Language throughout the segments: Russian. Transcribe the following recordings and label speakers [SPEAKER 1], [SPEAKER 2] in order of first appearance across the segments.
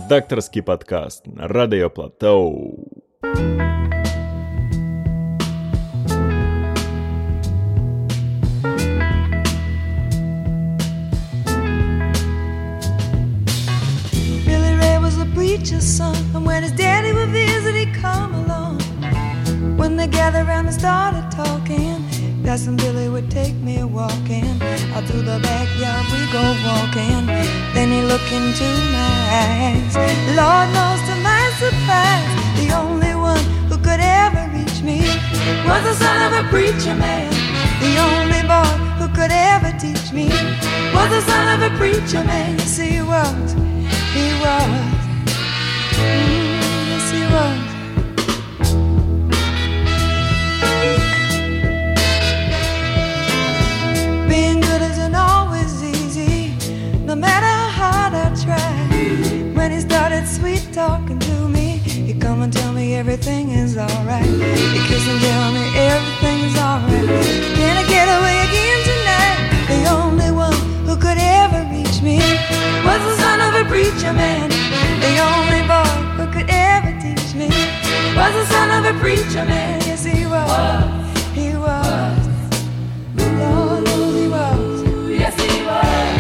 [SPEAKER 1] Редакторский подкаст на Радио Платоу.
[SPEAKER 2] Billy Ray was a preacher's son, and when his daddy would visit, he'd come along. When they gathered around and started talking, Cousin Billy would take me walking. Out through the backyard we go walking. Then he looked into my eyes. Lord knows to my surprise, the only one who could ever reach me was the son of a preacher man. The only boy who could ever teach me was the son of a preacher man. Yes, he was. He was. Yes, he was. Being good isn't always easy, no matter how hard I try. When he started sweet talking to me, he'd come and tell me everything is alright. He'd kiss and tell me everything is alright. Can I get away again tonight? The only one who could ever reach me was the son of a preacher man. The only boy who could ever teach me was the son of a preacher man. Yes, he was. He was. Lord knows he was. Yes, he was.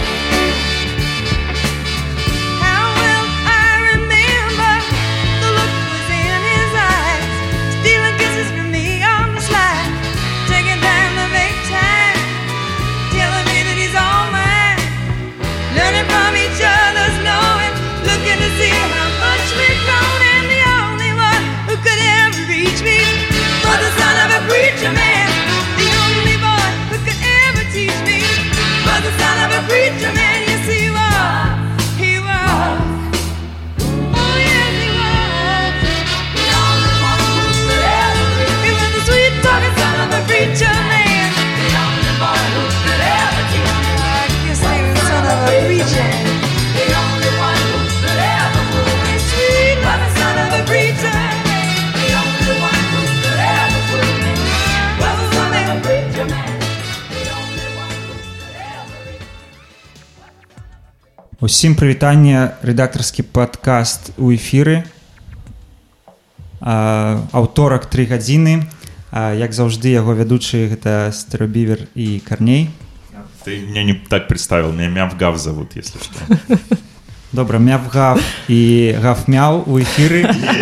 [SPEAKER 2] How well I remember the look was in his eyes, stealing kisses from me on the slide, taking time to make time, telling me that he's all mine, learning from each other's knowing, looking to see how much we've grown. And the only one who could ever reach me was the son of a preacher man. The only boy who could ever teach me was the son of a preacher man. Yes, he was. He was. Oh, yes, he was. The only one who could ever reach me. He was the sweet talking son of a preacher man. The only boy who could ever teach me. I guess he was the son of a preacher. The only one who could ever fool me. Sweet was the son of a preacher. The only one who could ever fool me was the son of a preacher man. The only one who could ever reach me.
[SPEAKER 3] Усім прывітанне, рэдактарскі падкаст у эфіры. Аўторак 3 гадзіны. Як заўжды, яго ведучы гэта Стэрэбівер і Карней.
[SPEAKER 4] Ты меня не так представил, меня Мявгав зовут, если что.
[SPEAKER 3] Добра, Мявгав і Гав-мяу у эфіры.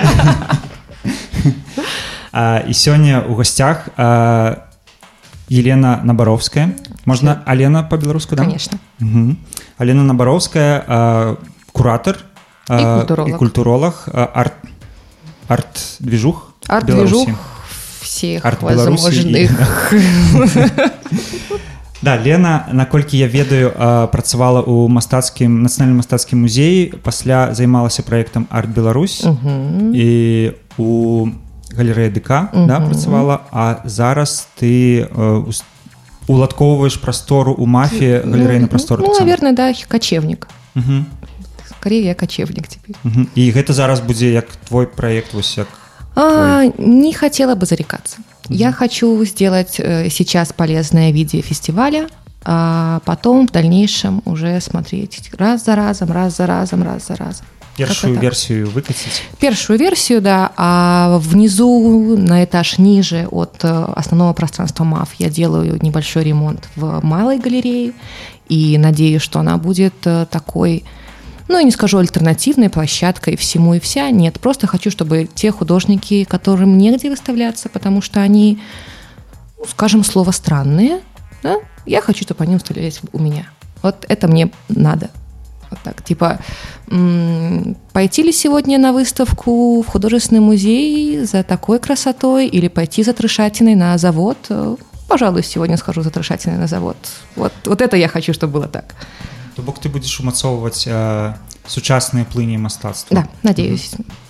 [SPEAKER 3] І сёння ў гасцях Елена Набаровская. Можно Алена по-беларуску, да?
[SPEAKER 5] Конечно.
[SPEAKER 3] Угу. Алена Набаровская, куратор и культуролог, арт-движух
[SPEAKER 5] Арт-движух всех возможных.
[SPEAKER 3] Да, Лена, наколькі я ведаю, працавала ў нацыянальным мастацкім музеі, пасля займалася праектам Арт Беларусь і у галерэі ДК, да, працавала, а зараз ты уладкоўваеш прастору у мафе, галерэйную прастору.
[SPEAKER 5] Ну, наверное, да, кочевник. Скорее я кочевник теперь.
[SPEAKER 3] І гэта зараз будзе як твой проект, вось як
[SPEAKER 5] не хотела бы зарекаться. Я хочу сделать сейчас полезное видео фестиваля, а потом в дальнейшем уже смотреть раз за разом.
[SPEAKER 3] Первую версию выкатить?
[SPEAKER 5] Первую версию, да, а внизу, на этаж ниже от основного пространства МАФ я делаю небольшой ремонт в малой галерее и надеюсь, что она будет такой, ну, я не скажу альтернативной площадкой всему и вся, нет, просто хочу, чтобы те художники, которым негде выставляться, потому что они, ну, скажем, слово странные, да, я хочу, чтобы они выставлялись у меня. Вот это мне надо. Вот так, типа, пойти ли сегодня на выставку в художественный музей за такой красотой или пойти за трешатиной на завод? Пожалуй, сегодня схожу за трешатиной на завод. Вот это я хочу, чтобы было так.
[SPEAKER 3] То бок ты будешь умацоўваць сучасныя плыні мастацтва?
[SPEAKER 5] Да, надеюсь.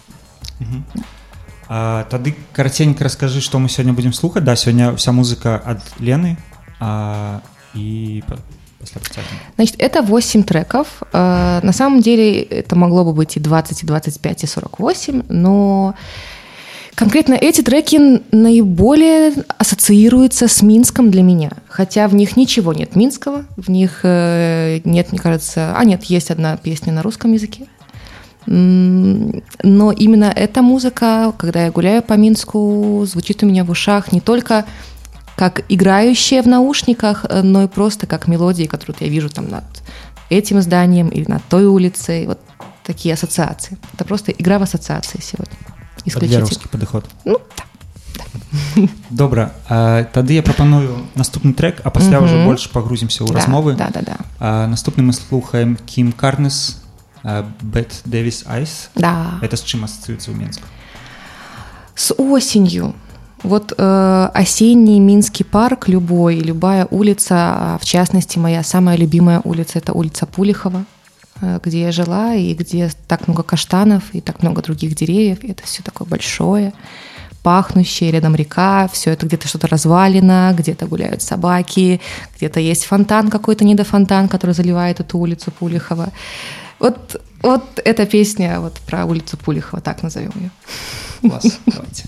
[SPEAKER 3] Тады караценька раскажы, што мы сёння будзем слухаць. Да, сёння вся музыка ад Лены і...
[SPEAKER 5] Значит, это 8 треков. На самом деле это могло бы быть и 20, и 25, и 48, но конкретно эти треки наиболее ассоциируются с Минском для меня. Хотя в них ничего нет минского, в них нет, мне кажется... нет, есть одна песня на русском языке. Но именно эта музыка, когда я гуляю по Минску, звучит у меня в ушах не только как играющая в наушниках, но и просто как мелодии, которые я вижу там над этим зданием или над той улицей. Вот такие ассоциации. Это просто игра в ассоциации сегодня.
[SPEAKER 3] Падлеровский падыход.
[SPEAKER 5] Ну, да.
[SPEAKER 3] Добра, тады я прапаную наступны трек, а пасля ўжо больш пагрузімся ў размовы.
[SPEAKER 5] Да.
[SPEAKER 3] Наступны мы слухаем Кім Карнес, Bette Davis Eyes.
[SPEAKER 5] Да.
[SPEAKER 3] Это с чым ассоциируется в Минску?
[SPEAKER 5] С осенью. Вот осенний Минский парк, любая улица, в частности, моя самая любимая улица – это улица Пулихова, где я жила, и где так много каштанов, и так много других деревьев, и это все такое большое, пахнущее, рядом река, все это где-то что-то развалено, где-то гуляют собаки, где-то есть фонтан какой-то, недофонтан, который заливает эту улицу Пулихова. Вот эта песня вот про улицу Пулихова, так назовем ее.
[SPEAKER 3] Класс, давайте.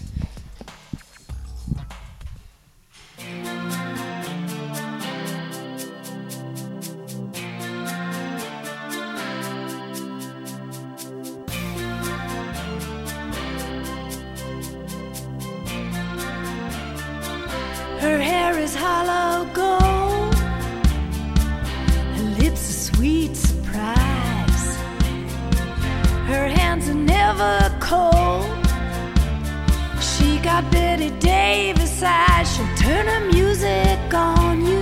[SPEAKER 2] Her hair is hollow gold, her lips a sweet surprise, her hands are never cold. She got Bette Davis eyes, she'll turn her music on you.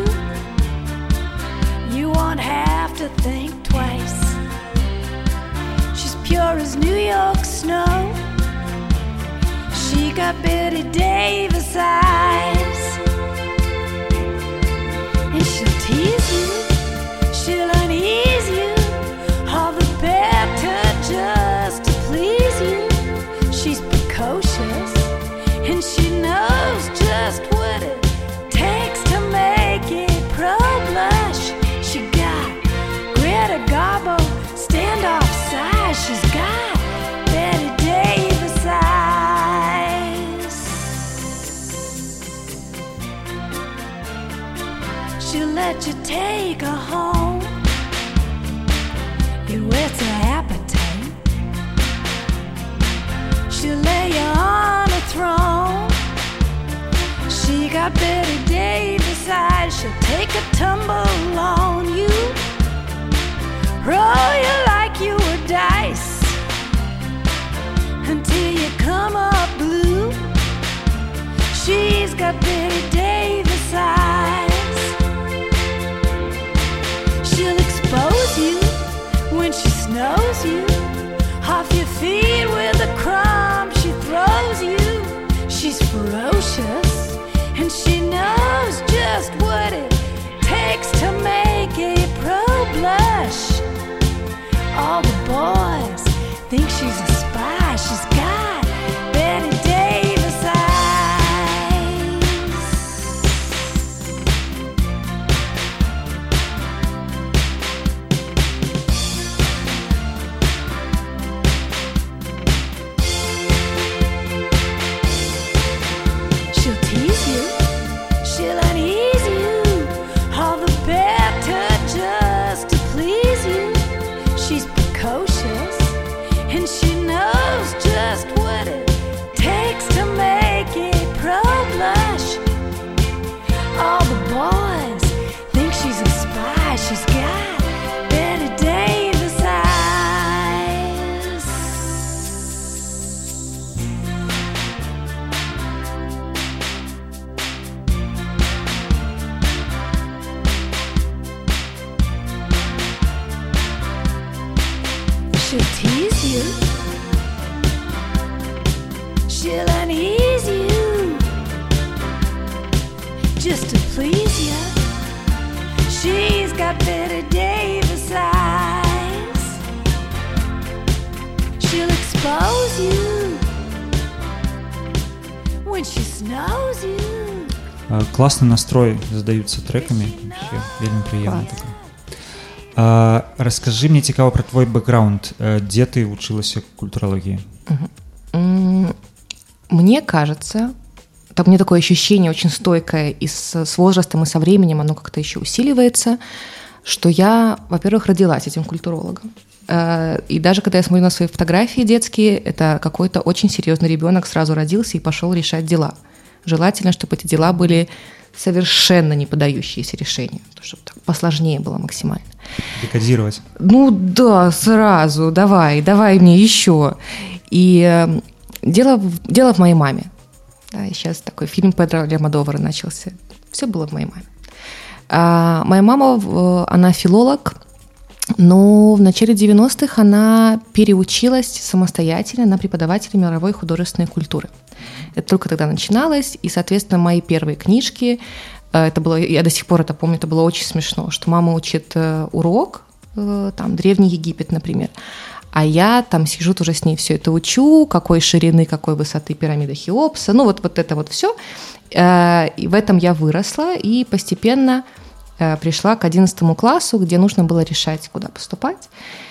[SPEAKER 2] You won't have to think twice. She's pure as New York snow. She got Bette Davis eyes. And she'll tease you, she'll unease you, all the better just to please you. She's precocious, and she knows just what it takes to make it pro-blush. She got Greta Garbo, standoff size. She's got Bette Davis eyes. She'll let you take her home. It whets her appetite. She'll lay you on a throne. She got Bette Davis eyes. She'll take a tumble on you, roll you like you were dice, until you come up blue. She's got Bette Davis eyes. She'll expose you when she snows you, off your feet with a crumb she throws you. She's ferocious, and she knows just what it takes to make a pro blush. All the boys think she's a spy. She's got Bette Davis eyes. She'll tease you, she'll unease you, all the better just to please you. She's precocious, and she knows just what it takes to make it pro-blush. All the boys think she's a spy. She's got Bette Davis eyes. She'll tease you, she'll unease you, just to please you. She's got Bette Davis eyes. She'll expose you when she snows you.
[SPEAKER 3] Классный настрой задаются треками, вообще вельмі прыемна
[SPEAKER 5] Класс.
[SPEAKER 3] такое. Расскажи мне цікава про твой бэкграунд, где ты училась культурологии?
[SPEAKER 5] Мне кажется, так, мне такое ощущение очень стойкое, и с возрастом, и со временем оно как-то еще усиливается, что я, во-первых, родилась этим культурологом. И даже когда я смотрю на свои фотографии детские, это какой-то очень серьезный ребенок сразу родился и пошел решать дела. Желательно, чтобы эти дела были совершенно не поддающиеся решению, чтобы так посложнее было максимально.
[SPEAKER 3] Декодировать.
[SPEAKER 5] Ну да, сразу, давай мне еще. И дело в моей маме. Да, и сейчас такой фильм Педро Альмодовара начался. Все было в моей маме. Моя мама, она филолог, но в начале 90-х она переучилась самостоятельно на преподавателя мировой художественной культуры. Это только тогда начиналось, и, соответственно, мои первые книжки, это было, я до сих пор это помню, это было очень смешно, что мама учит урок, там, Древний Египет, например, а я там сижу тоже с ней все это учу, какой ширины, какой высоты пирамида Хеопса, ну вот это вот все. И в этом я выросла и постепенно пришла к 11 классу, где нужно было решать, куда поступать.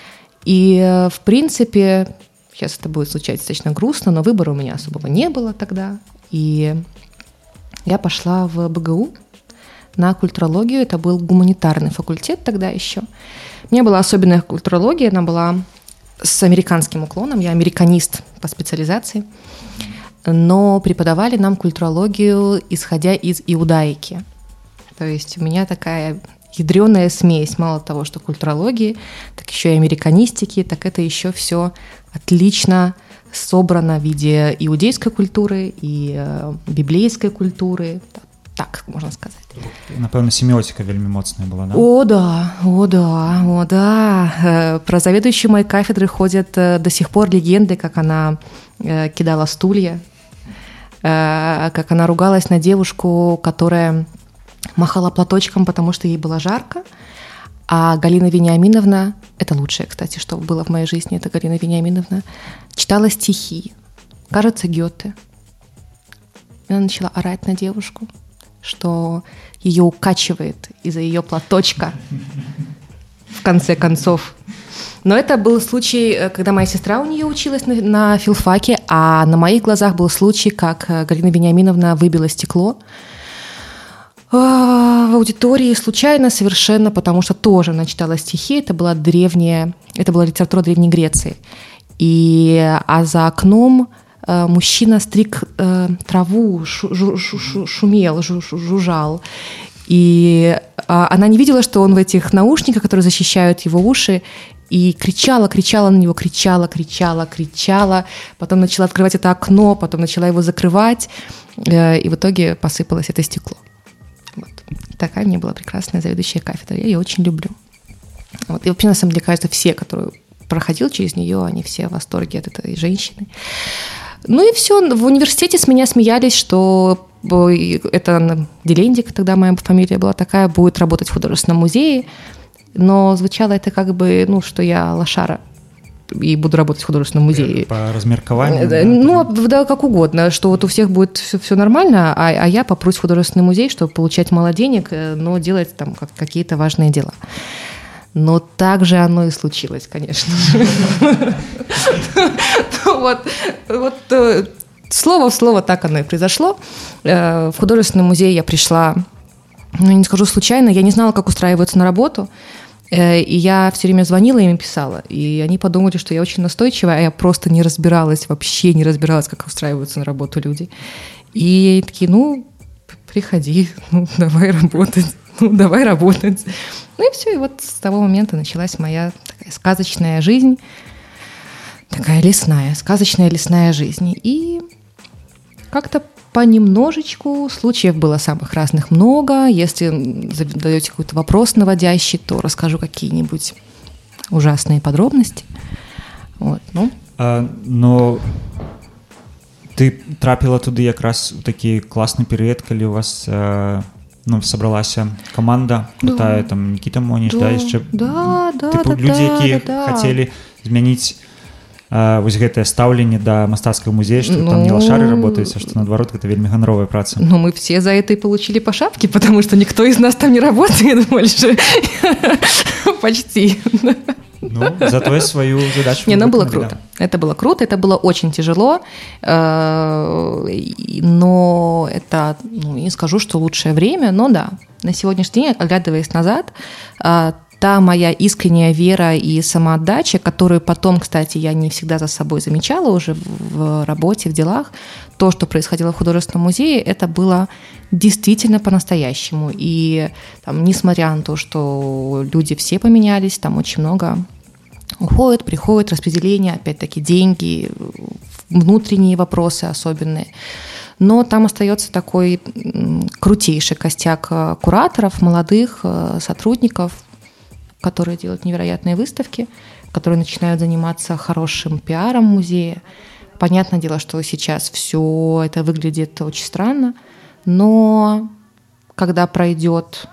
[SPEAKER 5] И, в принципе, сейчас это будет звучать достаточно грустно, но выбора у меня особого не было тогда. И я пошла в БГУ на культурологию. Это был гуманитарный факультет тогда еще. У меня была особенная культурология, она была с американским уклоном. Я американист по специализации. Но преподавали нам культурологию, исходя из иудаики. То есть у меня такая ядреная смесь. Мало того, что культурологии, так еще и американистики, так это еще все отлично собрано в виде иудейской культуры и библейской культуры. Так, можно сказать.
[SPEAKER 3] Напевно, семиотика вельми моцная была, да?
[SPEAKER 5] О, да. Про заведующую моей кафедры ходят до сих пор легенды, как она кидала стулья, как она ругалась на девушку, которая махала платочком, потому что ей было жарко. А Галина Вениаминовна, это лучшее, кстати, что было в моей жизни, это Галина Вениаминовна, читала стихи, кажется, Гёте. И она начала орать на девушку, что ее укачивает из-за ее платочка, в конце концов. Но это был случай, когда моя сестра у нее училась на филфаке, а на моих глазах был случай, как Галина Вениаминовна выбила стекло в аудитории случайно совершенно, потому что тоже она читала стихи, это была литература Древней Греции. А за окном мужчина стриг траву, шумел, жужжал. И она не видела, что он в этих наушниках, которые защищают его уши, и кричала на него, кричала. Потом начала открывать это окно, потом начала его закрывать, и в итоге посыпалось это стекло. Вот. Такая у меня была прекрасная заведующая кафедрой. Я ее очень люблю. Вот. И вообще, на самом деле, кажется, все, которые проходил через нее, они все в восторге от этой женщины. Ну и все. В университете с меня смеялись, что это Делендик, тогда моя фамилия была такая, будет работать в художественном музее. Но звучало это как бы, что я лошара и буду работать в художественном музее.
[SPEAKER 3] По размеркованию?
[SPEAKER 5] Да, как угодно, что вот у всех будет все нормально, а я попрусь в художественный музей, чтобы получать мало денег, но делать там какие-то важные дела. Но так же оно и случилось, конечно. Вот слово в слово так оно и произошло. В художественный музей я пришла, не скажу случайно, я не знала, как устраиваться на работу. И я все время звонила им и писала. И они подумали, что я очень настойчивая, а я просто вообще не разбиралась, как устраиваются на работу люди. И такие, приходи, давай работать. Ну и все, и вот с того момента началась моя такая сказочная жизнь, такая сказочная лесная жизнь. И как-то понемножечку, случаев было самых разных много. Если задаете какой-то вопрос наводящий, то расскажу какие-нибудь ужасные подробности. Вот,
[SPEAKER 3] Но ты трапіла туды якраз у такі класны перыяд, калі у вас сабралася каманда крутая, там Никита Монич, яшчэ людзі, якія хацелі змяніць вось гэтае стаўленне да мастацкага музея, што там не лошары работаюць, а што наадварот гэта вельмі ганаровая праца.
[SPEAKER 5] Мы все за это и получили по шапке, потому что никто из нас там не работает больше. Почти.
[SPEAKER 3] Зато свою задачу.
[SPEAKER 5] Было круто. Это было круто, это было очень тяжело, но это, не скажу, что лучшее время, но да, на сегодняшний день, оглядываясь назад, та моя искренняя вера и самоотдача, которую потом, кстати, я не всегда за собой замечала уже в работе, в делах, то, что происходило в художественном музее, это было действительно по-настоящему. И там, несмотря на то, что люди все поменялись, там очень много уходит, приходит, распределение, опять-таки деньги, внутренние вопросы особенные. Но там остается такой крутейший костяк кураторов, молодых сотрудников, которые делают невероятные выставки, которые начинают заниматься хорошим пиаром музея. Понятное дело, что сейчас все это выглядит очень странно, но когда пройдет,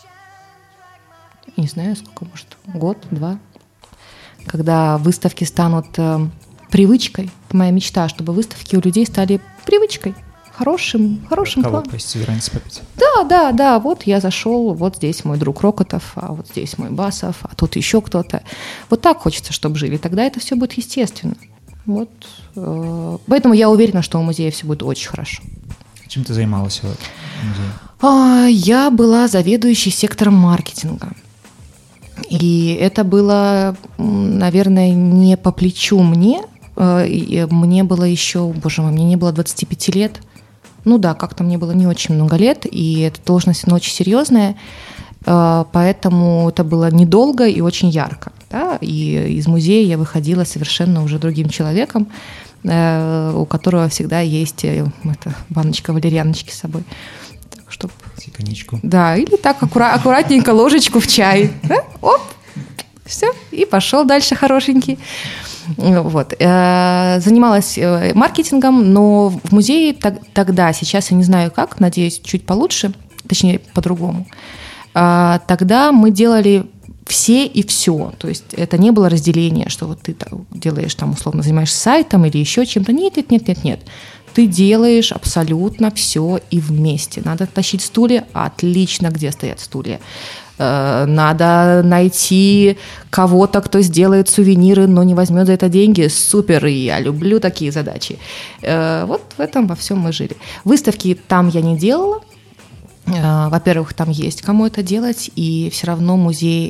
[SPEAKER 5] не знаю, сколько, может, год, два, когда выставки станут привычкой, моя мечта, чтобы выставки у людей стали привычкой, хорошим
[SPEAKER 3] Кого
[SPEAKER 5] планом.
[SPEAKER 3] пость попить?
[SPEAKER 5] Да, вот я зашел, вот здесь мой друг Рокотов, а вот здесь мой Басов, а тут еще кто-то. Вот так хочется, чтобы жили, тогда это все будет естественно. Вот. Поэтому я уверена, что у музея все будет очень хорошо.
[SPEAKER 3] Чем ты занималась в музее?
[SPEAKER 5] Я была заведующей сектором маркетинга. И это было, наверное, не по плечу мне. Мне было еще, боже мой, мне не было 25 лет. Ну да, как-то мне было не очень много лет, и эта должность очень серьезная, поэтому это было недолго и очень ярко. Да? И из музея я выходила совершенно уже другим человеком, у которого всегда есть баночка валерьяночки с собой. Чтоб...
[SPEAKER 3] Коньячку.
[SPEAKER 5] Да, или так аккуратненько ложечку в чай. Да? Оп, все, и пошел дальше хорошенький. Вот. Занималась маркетингом, но в музее тогда, сейчас я не знаю как, надеюсь, чуть получше, точнее, по-другому. Тогда мы делали все и все. То есть это не было разделения, что вот ты делаешь там, условно, занимаешься сайтом или еще чем-то. Нет. Ты делаешь абсолютно все и вместе. Надо тащить стулья, отлично, где стоят стулья. Надо найти кого-то, кто сделает сувениры, но не возьмет за это деньги. Супер, и я люблю такие задачи. Вот в этом во всем мы жили. Выставки там я не делала. Во-первых, там есть кому это делать, и все равно музей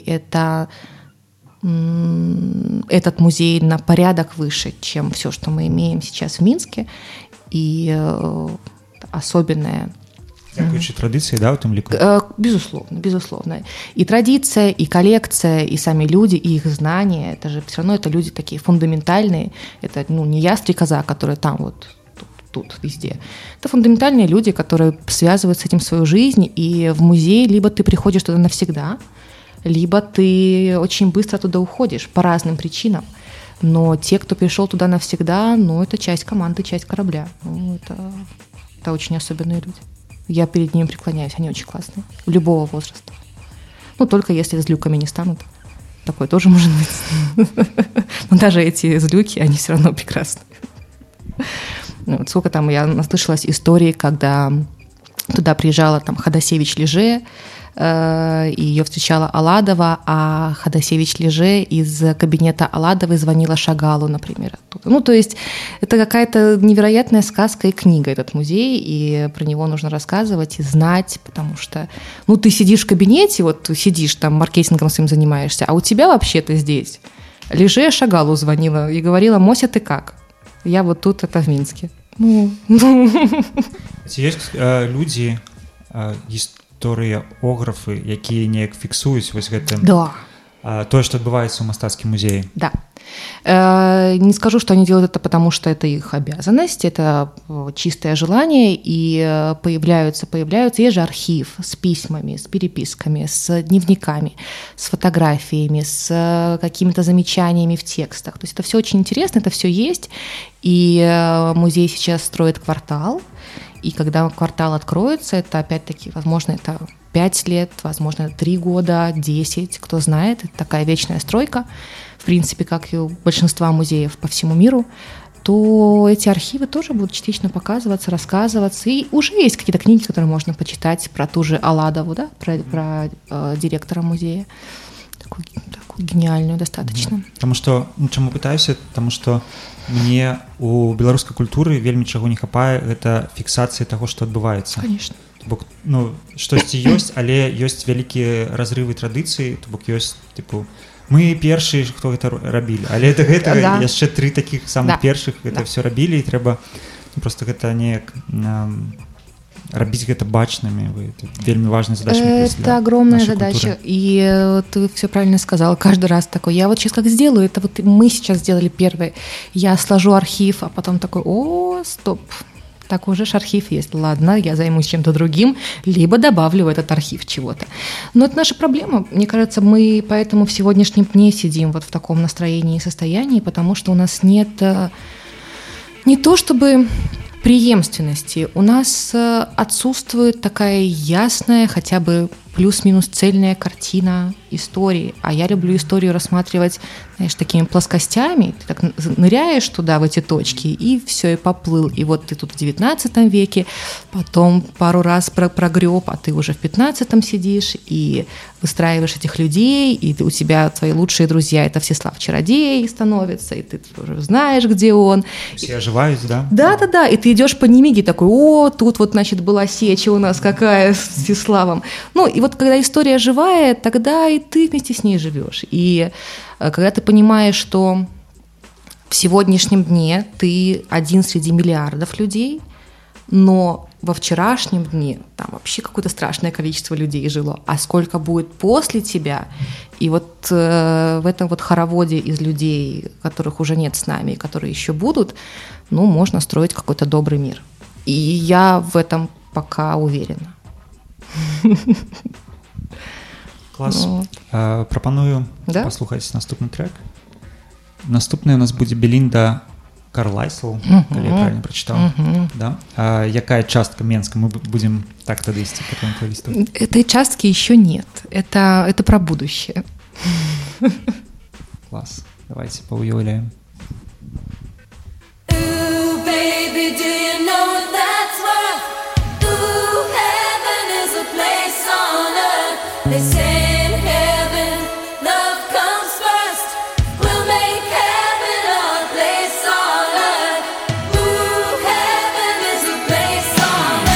[SPEAKER 5] этот музей на порядок выше, чем все, что мы имеем сейчас в Минске. И особенное.
[SPEAKER 3] Какие традиции, да, в этом лику?
[SPEAKER 5] Безусловно. И традиция, и коллекция, и сами люди, и их знания, это же все равно это люди такие фундаментальные. Это не я стрекоза, которая там вот тут везде. Это фундаментальные люди, которые связывают с этим свою жизнь, и в музей либо ты приходишь туда навсегда, либо ты очень быстро туда уходишь по разным причинам. Но те, кто пришел туда навсегда, это часть команды, часть корабля. Это очень особенные люди. Я перед ними преклоняюсь, они очень классные. Любого возраста. Только если злюками не станут. Такое тоже может быть. Но даже эти злюки, они все равно прекрасны. Сколько там я наслышалась истории, когда туда приезжала там Ходосевич Леже, и ее встречала Аладова, а Ходосевич Леже из кабинета Аладовой звонила Шагалу, например, оттуда. То есть это какая-то невероятная сказка и книга, этот музей, и про него нужно рассказывать и знать, потому что, ты сидишь в кабинете, сидишь там, маркетингом своим занимаешься, а у тебя вообще-то здесь Леже Шагалу звонила и говорила: «Мося, ты как? Я вот тут, это в Минске».
[SPEAKER 3] Есть люди, гісторыяграфы, якія неяк фіксуюць вось гэтым то, что адбываецца ў мастацкім музеі.
[SPEAKER 5] Да. Не скажу, что они делают это, потому что это их обязанность, это чистое желание, и появляются. Есть же архив с письмами, с переписками, с дневниками, с фотографиями, с какими-то замечаниями в текстах. То есть это все очень интересно, это все есть, и музей сейчас строит квартал, и когда квартал откроется, это опять-таки, возможно, это 5 лет, возможно, 3 года, 10, кто знает, это такая вечная стройка, в принципе, как и у большинства музеев по всему миру, то эти архивы тоже будут частично показываться, рассказываться, и уже есть какие-то книги, которые можно почитать про ту же Аладову, да, про директора музея. Такую Гениальную достаточно.
[SPEAKER 3] Потому что, чаму пытаюся, потому что мне у беларускай культуры вельмі чаго не хапае, гэта фіксацыя таго, што адбываецца.
[SPEAKER 5] Конечно.
[SPEAKER 3] То бок, штосьці ёсць, але ёсць вялікія разрывы традыцыі, то бок ёсць, мы першыя, хто гэта рабілі, але да гэтага яшчэ 3 такіх самых першых гэта все рабілі, і трэба просто гэта неяк рабіць гэта бачнымі. Это вельмі важная задача.
[SPEAKER 5] Это огромная задача. Культуры. И ты все правильно сказала. Каждый раз такой, я вот сейчас как сделаю, это вот мы сейчас сделали первое. Я сложу архив, а потом такой, стоп, так уже ж архив есть. Ладно, я займусь чем-то другим, либо добавлю в этот архив чего-то. Но это наша проблема. Мне кажется, мы поэтому в сегодняшнем дне сидим вот в таком настроении и состоянии, потому что у нас нет не то чтобы преемственности, у нас отсутствует такая ясная, хотя бы плюс-минус цельная картина истории. А я люблю историю рассматривать, знаешь, такими плоскостями. Ты так ныряешь туда, в эти точки, и все, и поплыл. И вот ты тут в 19 веке, потом пару раз прогреб, а ты уже в 15 сидишь и выстраиваешь этих людей, и у тебя твои лучшие друзья — это Всеслав Чародей становится, и ты уже знаешь, где он.
[SPEAKER 3] Все оживают, да?
[SPEAKER 5] Да, и ты идешь по Немиге такой, тут вот, значит, была сеча у нас какая с Всеславом. И вот когда история живая, тогда и ты вместе с ней живешь. И когда ты понимаешь, что в сегодняшнем дне ты один среди миллиардов людей, но во вчерашнем дне там вообще какое-то страшное количество людей жило, а сколько будет после тебя, и вот в этом вот хороводе из людей, которых уже нет с нами, которые еще будут, можно строить какой-то добрый мир. И я в этом пока уверена.
[SPEAKER 3] Клас. Прапаную паслухаць наступны трек. Наступная у нас будзе Белінда Карлайсл, калі я правильно прочитал. Да? Якая частка Менска? Мы будем так тогда идти по твоему плейлисту?
[SPEAKER 5] Этой частки еще нет. Это про будущее.
[SPEAKER 3] Класс. Давайте поуявляем.
[SPEAKER 2] They say in heaven, love comes first. We'll make heaven a place on earth. Ooh, heaven is a place on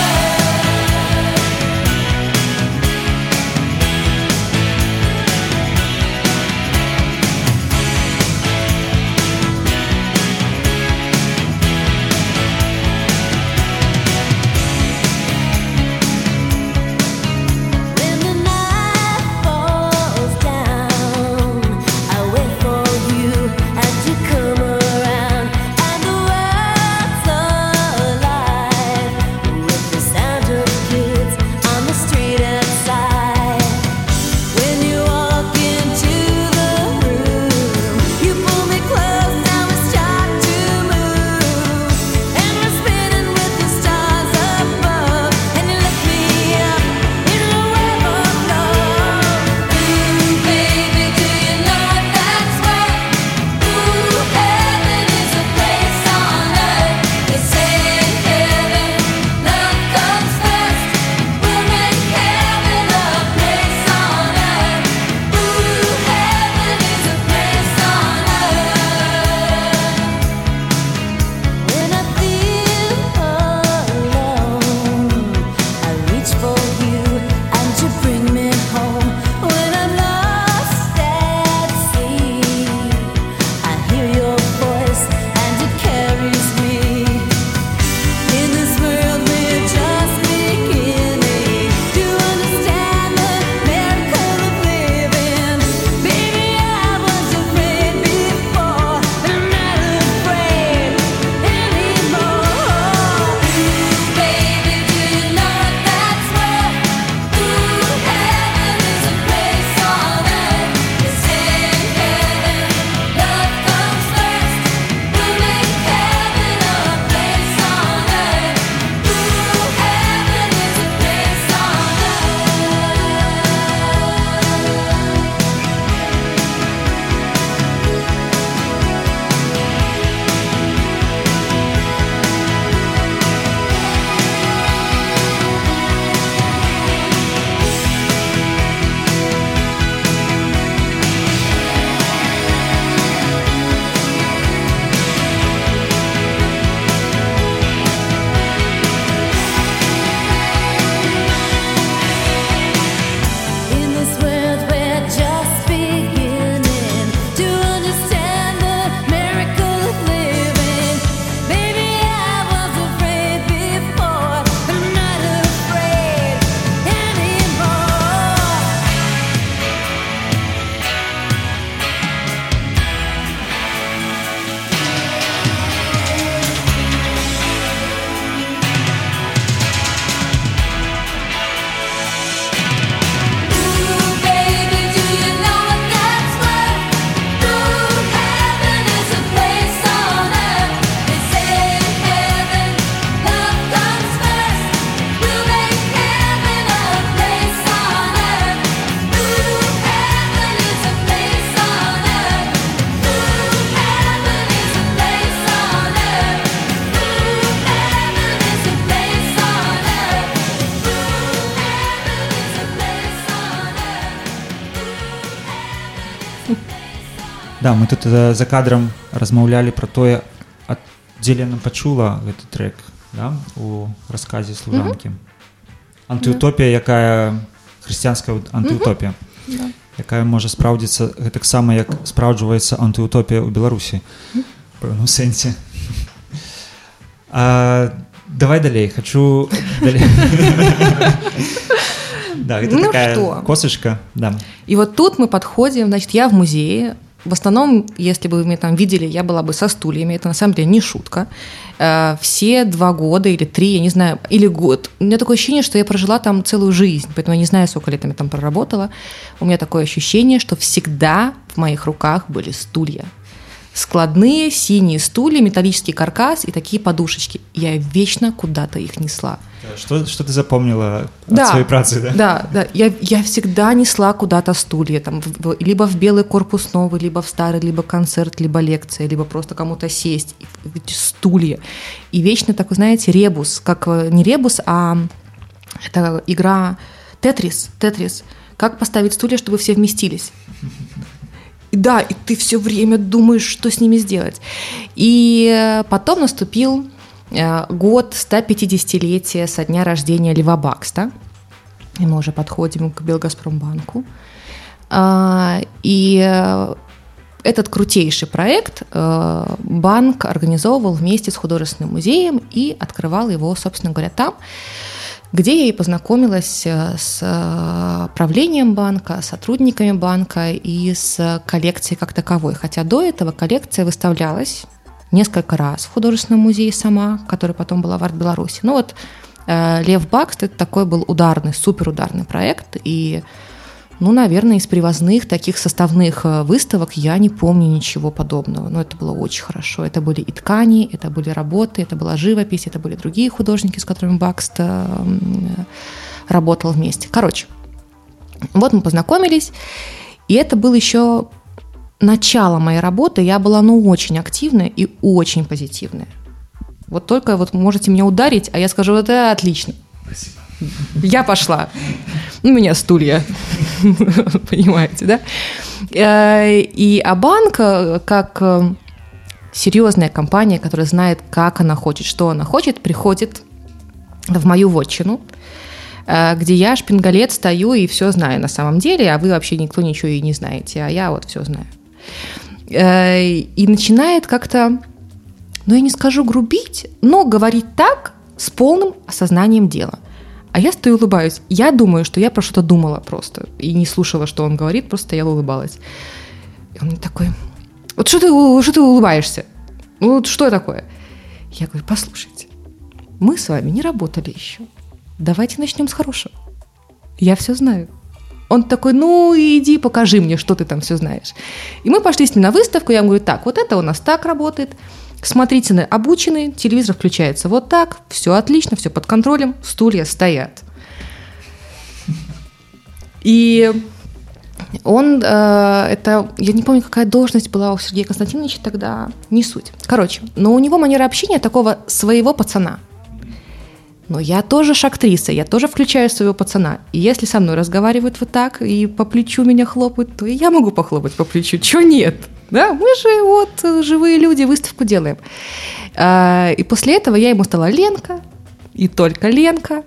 [SPEAKER 3] Да, мы тут за кадром размаўлялі про тое, дзе Лена пачула гэты трек, да, у расказе служанкі. Антыутопія, якая хрысціянская антыутопія, якая можа спраўдзіцца гэтаксама, як спраўджваецца антыутопія ў Беларусі. В пэўным сэнсе. Давай далей, хочу далей. Да, это такая косточка, да.
[SPEAKER 5] И вот тут мы подходим, значит, я в музее. В основном, если бы вы меня там видели, я была бы со стульями. Это на самом деле не шутка. Все 2 года или 3, я не знаю, или год. У меня такое ощущение, что я прожила там целую жизнь, поэтому я не знаю, сколько лет я там проработала. У меня такое ощущение, что всегда в моих руках были стулья. Складные синие стулья, металлический каркас и такие подушечки. Я вечно куда-то их несла.
[SPEAKER 3] Что ты запомнила от своей працы, да?
[SPEAKER 5] Да. Я всегда несла куда-то стулья. Там, либо в белый корпус новый, либо в старый, либо концерт, либо лекция, либо просто кому-то сесть. Эти стулья. И вечно такой, знаете, ребус. Как не ребус, а это игра Тетрис. Как поставить стулья, чтобы все вместились. Да, и ты все время думаешь, что с ними сделать. И потом наступил год 150-летия со дня рождения Льва Бакста. И мы уже подходим к Белгазпромбанку. И этот крутейший проект банк организовывал вместе с художественным музеем и открывал его, собственно говоря, там, где я и познакомилась с правлением банка, сотрудниками банка и с коллекцией как таковой. Хотя до этого коллекция выставлялась несколько раз в художественном музее сама, которая потом была в Арт-Беларуси. Ну вот Лев Бакст – это такой был ударный, суперударный проект, и, ну, наверное, из привозных таких составных выставок я не помню ничего подобного. Но это было очень хорошо. Это были и ткани, это были работы, это была живопись, это были другие художники, с которыми Бакст работал вместе. Короче, вот мы познакомились, и это было еще начало моей работы. Я была, ну, очень активная и очень позитивная. Вот только вот можете меня ударить, а я скажу, это отлично.
[SPEAKER 4] Спасибо.
[SPEAKER 5] Я пошла. У меня стулья. Понимаете, да? А банк, как серьезная компания, которая знает, как она хочет, что она хочет, приходит в мою вотчину, где я, шпингалет, стою и все знаю на самом деле, а вы вообще никто ничего и не знаете, а я вот все знаю. И начинает как-то, ну, я не скажу грубить, но говорить так с полным осознанием дела. А я стою и улыбаюсь. Я думаю, что я про что-то думала просто и не слушала, что он говорит, просто стояла и улыбалась. И он мне такой: вот что ты улыбаешься? Ну, вот что такое? Я говорю: послушайте, мы с вами не работали еще. Давайте начнем с хорошего. Я все знаю. Он такой: ну, иди покажи мне, что ты там все знаешь. И мы пошли с ним на выставку, я ему говорю: так, вот это у нас так работает. Смотрите, обученный, телевизор включается вот так, все отлично, все под контролем, стулья стоят. И он, это, я не помню, какая должность была у Сергея Константиновича тогда, не суть. Короче, но у него манера общения такого своего пацана. Но я тоже актриса, я тоже включаю своего пацана. И если со мной разговаривают вот так и по плечу меня хлопают, то и я могу похлопать по плечу. Чего нет? Да, мы же вот живые люди, выставку делаем. И после этого я ему стала Ленка, и только Ленка,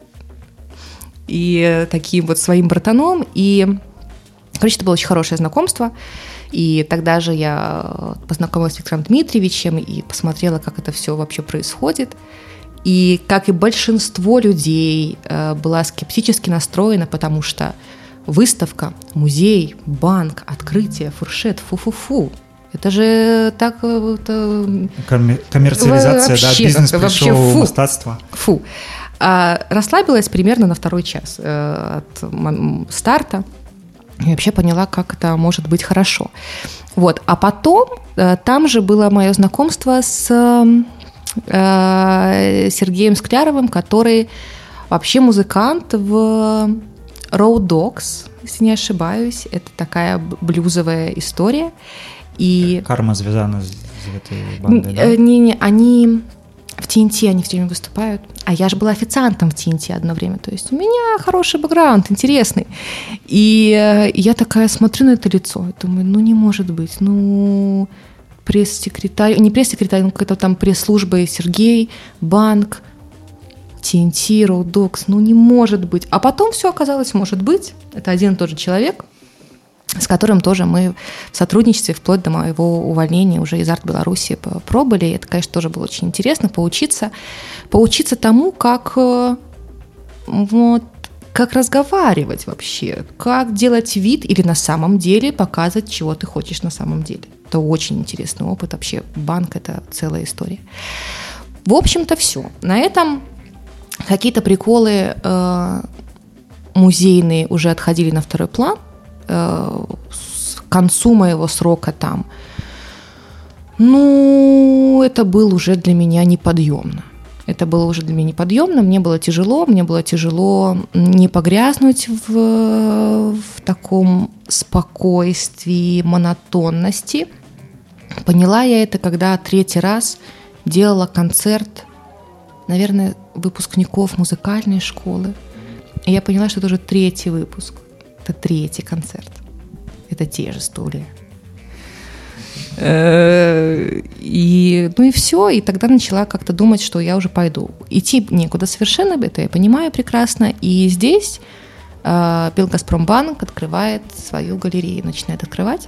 [SPEAKER 5] и таким вот своим братаном. И, короче, это было очень хорошее знакомство. И тогда же я познакомилась с Виктором Дмитриевичем и посмотрела, как это все вообще происходит. И, как и большинство людей, была скептически настроена, потому что выставка, музей, банк, открытие, фуршет, фу-фу-фу. Это же так...
[SPEAKER 3] Коммерциализация,
[SPEAKER 5] вообще,
[SPEAKER 3] да, бизнес
[SPEAKER 5] вообще,
[SPEAKER 3] пришел в
[SPEAKER 5] фу.
[SPEAKER 3] мастацтво.
[SPEAKER 5] Фу. Расслабилась примерно на 2-й час от старта. И вообще поняла, как это может быть хорошо. Вот. А потом там же было мое знакомство с Сергеем Скляровым, который вообще музыкант в Road Dogs, если не ошибаюсь. Это такая блюзовая история. И...
[SPEAKER 3] Карма связана с этой бандой, да?
[SPEAKER 5] Не, они в TNT они все время выступают, а я же была официантом в TNT одно время, то есть у меня хороший бэкграунд, интересный. И я такая смотрю на это лицо, и думаю, ну не может быть, ну пресс-секретарь, не пресс-секретарь, ну какая-то там пресс-служба Сергей, банк, TNT, Road Dogs, ну не может быть. А потом все оказалось, может быть, это один и тот же человек, с которым тоже мы в сотрудничестве вплоть до моего увольнения уже из Арт Беларуси пробовали. И это, конечно, тоже было очень интересно поучиться тому, как разговаривать вообще, как делать вид или на самом деле показывать, чего ты хочешь на самом деле. Это очень интересный опыт. Вообще банк – это целая история. В общем-то, все. На этом какие-то приколы музейные уже отходили на второй план. К концу моего срока там, ну, это было уже для меня неподъемно. Мне было тяжело не погрязнуть в таком спокойствии, монотонности. Поняла я это, когда 3-й раз делала концерт, наверное, выпускников музыкальной школы. И я поняла, что это уже 3-й выпуск. Это 3-й концерт. Это те же стулья. И все. И тогда начала как-то думать, что я уже пойду. Идти некуда совершенно, это я понимаю прекрасно. И здесь Белгазпромбанк открывает свою галерею, начинает открывать.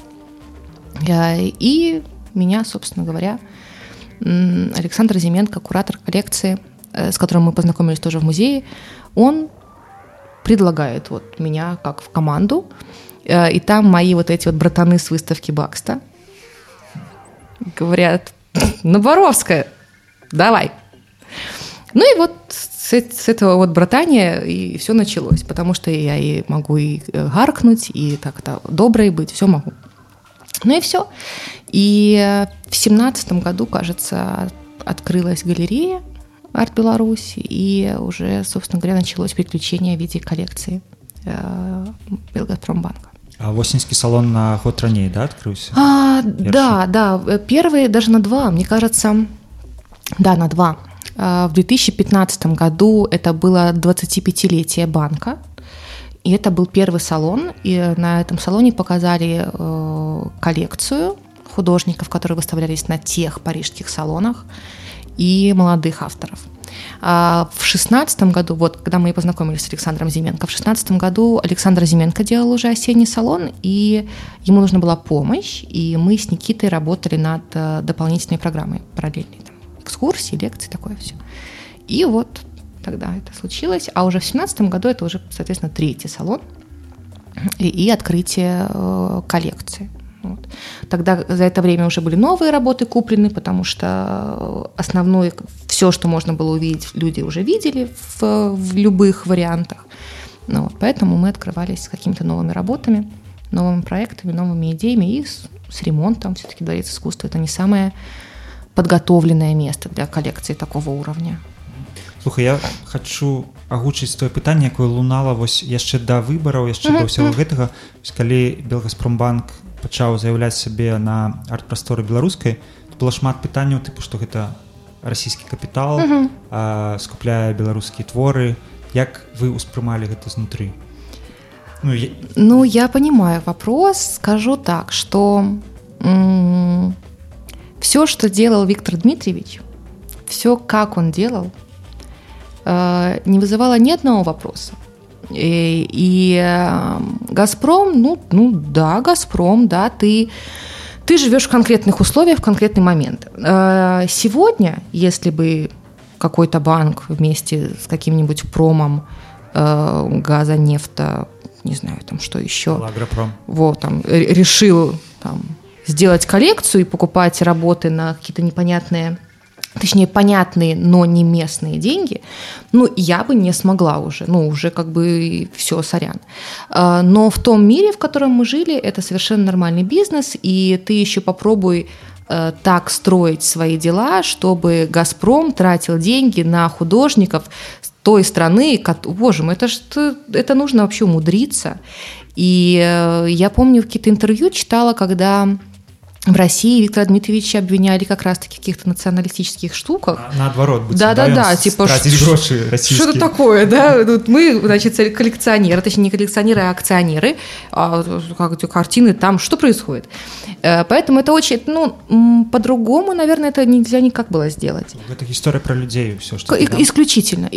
[SPEAKER 5] И меня, собственно говоря, Александр Зименко, куратор коллекции, с которым мы познакомились тоже в музее, он предлагает вот меня как в команду, и там мои вот эти вот братаны с выставки Бакста говорят: ну, Боровская, давай. Ну и вот с этого вот братания и все началось, потому что я и могу и гаркнуть, и так-то доброй быть, все могу. Ну и все. И в 17-м году, кажется, открылась галерея Арт Беларусь, и уже, собственно говоря, началось приключение в виде коллекции Белгазпромбанка.
[SPEAKER 3] А Восеньский салон на год ранее, да, открылся?
[SPEAKER 5] Да, первый даже на 2, мне кажется, да, на 2. В 2015 году это было 25-летие банка, и это был первый салон, и на этом салоне показали коллекцию художников, которые выставлялись на тех парижских салонах, и молодых авторов. В 2016 году, вот когда мы познакомились с Александром Зименко, в 2016 году Александр Зименко делал уже осенний салон, и ему нужна была помощь, и мы с Никитой работали над дополнительной программой параллельной, там, экскурсии, лекции, такое все. И вот тогда это случилось, а уже в 2017 году это уже, соответственно, 3-й салон и открытие коллекции. Вот. Тогда за это время уже были новые работы куплены, потому что основное, все, что можно было увидеть, люди уже видели в любых вариантах. Ну, вот, поэтому мы открывались с какими-то новыми работами, новыми проектами, новыми идеями и с ремонтом. Все-таки Дворец искусства – это не самое подготовленное место для коллекции такого уровня.
[SPEAKER 3] Слухай, я хочу агучыць твоё пытанне, якое лунала вось яшчэ да выбараў, яшчэ да ўсяго гэтага. Калі Белгазпромбанк пачаў заяўляць сябе на арт-прасторы беларускай, было шмат пытанняў, тыпу, што гэта расійскі капітал, скупляе беларускія творы. Як вы ўспрымалі гэта знутры?
[SPEAKER 5] Я понимаю вопрос. Скажу так, что все, что делал Виктор Дмитриевич, все, как он делал, не вызывало ни одного вопроса. И «Газпром», «Газпром», да, ты живешь в конкретных условиях в конкретный момент. Сегодня, если бы какой-то банк вместе с каким-нибудь промом газа, нефта, не знаю, там что еще,
[SPEAKER 3] Агропром,
[SPEAKER 5] вот, там, решил там, сделать коллекцию и покупать работы на какие-то непонятные, точнее, понятные, но не местные деньги, я бы не смогла уже, уже как бы все, сорян. Но в том мире, в котором мы жили, это совершенно нормальный бизнес, и ты еще попробуй так строить свои дела, чтобы «Газпром» тратил деньги на художников той страны, боже мой, это нужно вообще умудриться. И я помню, какие-то интервью читала, когда в России Виктора Дмитриевича обвиняли как раз-таки в каких-то националистических штуках.
[SPEAKER 3] Наоборот, будь
[SPEAKER 5] Да, типа
[SPEAKER 3] тратить гроши российские.
[SPEAKER 5] Что-то такое, да? Вот мы, значит, коллекционеры, точнее, не коллекционеры, а акционеры, картины там, что происходит? Поэтому это очень, по-другому, наверное, это нельзя никак было сделать.
[SPEAKER 3] Это история про людей, все, что
[SPEAKER 5] Исключительно.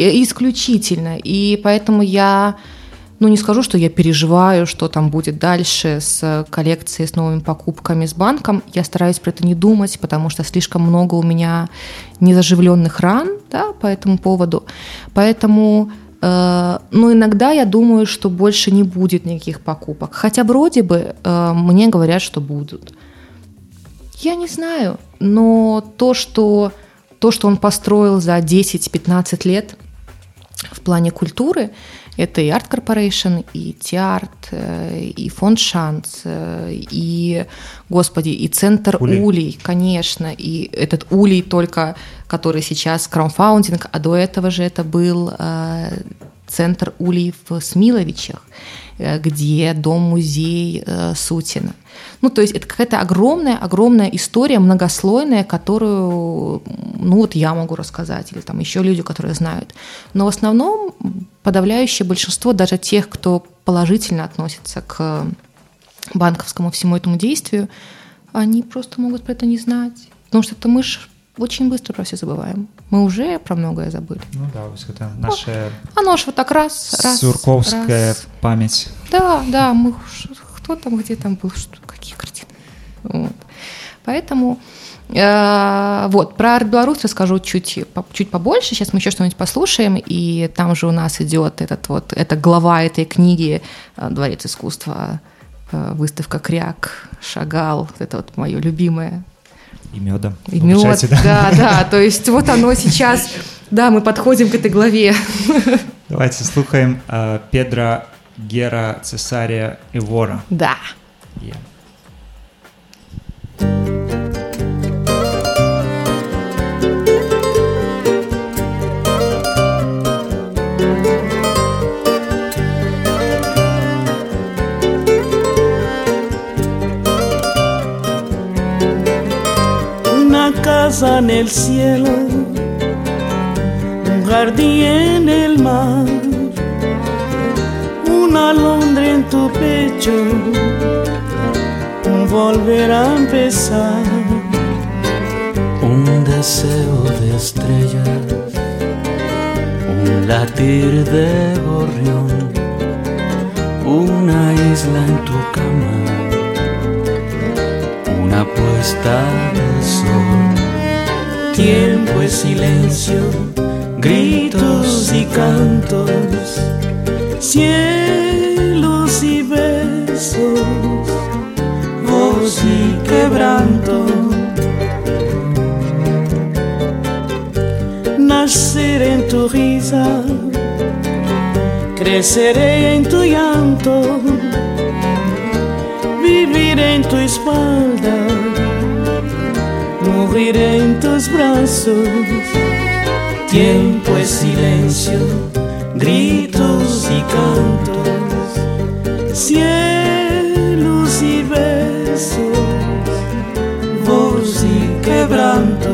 [SPEAKER 5] И поэтому я... не скажу, что я переживаю, что там будет дальше с коллекцией, с новыми покупками, с банком. Я стараюсь про это не думать, потому что слишком много у меня незаживленных ран, да, по этому поводу. Поэтому, иногда я думаю, что больше не будет никаких покупок. Хотя вроде бы мне говорят, что будут. Я не знаю, но то, что он построил за 10-15 лет в плане культуры, это и Арт Корпорейшн, и Тиарт, и фонд Шанс, и, господи, и центр Улей, конечно, и этот Улей только, который сейчас краудфандинг, а до этого же это был центр Улей в Смиловичах, где дом-музей Сутина. То есть это какая-то огромная история, многослойная, которую, я могу рассказать, или там еще люди, которые знают. Но в основном подавляющее большинство, даже тех, кто положительно относится к банковскому всему этому действию, они просто могут про это не знать. Потому что это мы же очень быстро про все забываем. Мы уже про многое забыли.
[SPEAKER 3] Это наша...
[SPEAKER 5] Оно ж вот так раз.
[SPEAKER 3] Сурковская память.
[SPEAKER 5] Да, мы... Кто там, где там был, какие картины. Вот. Поэтому про Арт Беларусь расскажу чуть побольше. Сейчас мы еще что-нибудь послушаем, и там же у нас идет эта глава этой книги «Дворец искусства», выставка «Кряк», «Шагал». Это мое любимое.
[SPEAKER 3] И мёда.
[SPEAKER 5] И мёд, да. То есть вот оно сейчас... Да, мы подходим к этой главе.
[SPEAKER 3] Давайте слухаем Педро Гера Цесария Эвора.
[SPEAKER 5] Да.
[SPEAKER 6] Una casa en el cielo, un jardín en el mar, una alondra en tu pecho, un volver a empezar, un deseo de estrellas, un latir de gorrión, una isla en tu cama, una puesta de sol, tiempo y silencio, gritos y cantos, cielos y besos, voz y quebranto, nacer en tu risa, creceré en tu llanto, vivir en tu espalda, morir en tus brazos, tiempo es silencio, gritos y cantos, cielos y besos, voz y quebranto.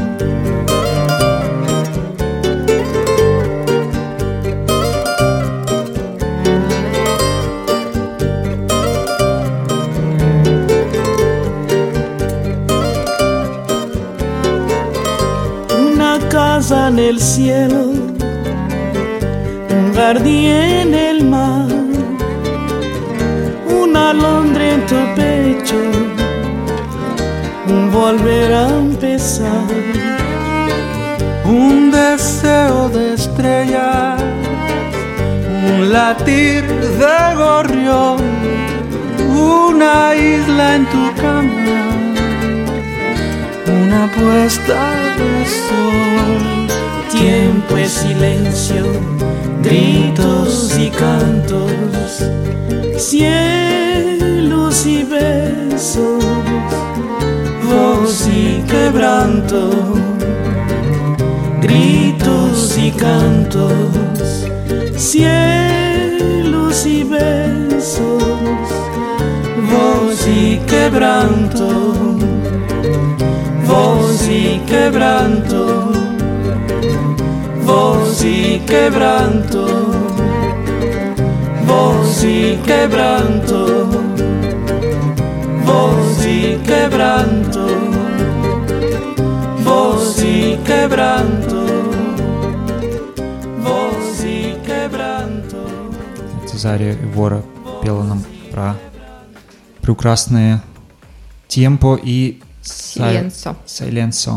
[SPEAKER 6] Casa en el cielo, un jardín en el mar, una alondra en tu pecho, un volver a empezar, un deseo de estrellas, un latir de gorrión, una isla en tu cama, una puesta de sol, tiempo es silencio, gritos y cantos, cielos y besos, voz y quebranto, gritos y cantos, cielos y besos, voz y quebranto. y quebranto, voz y quebranto, voz y quebranto, voz y quebranto, voz y quebranto, voz y quebranto.
[SPEAKER 3] Цезария Эвора пела нам про прекрасное темпо и
[SPEAKER 5] Силенсо.
[SPEAKER 3] сайленсо.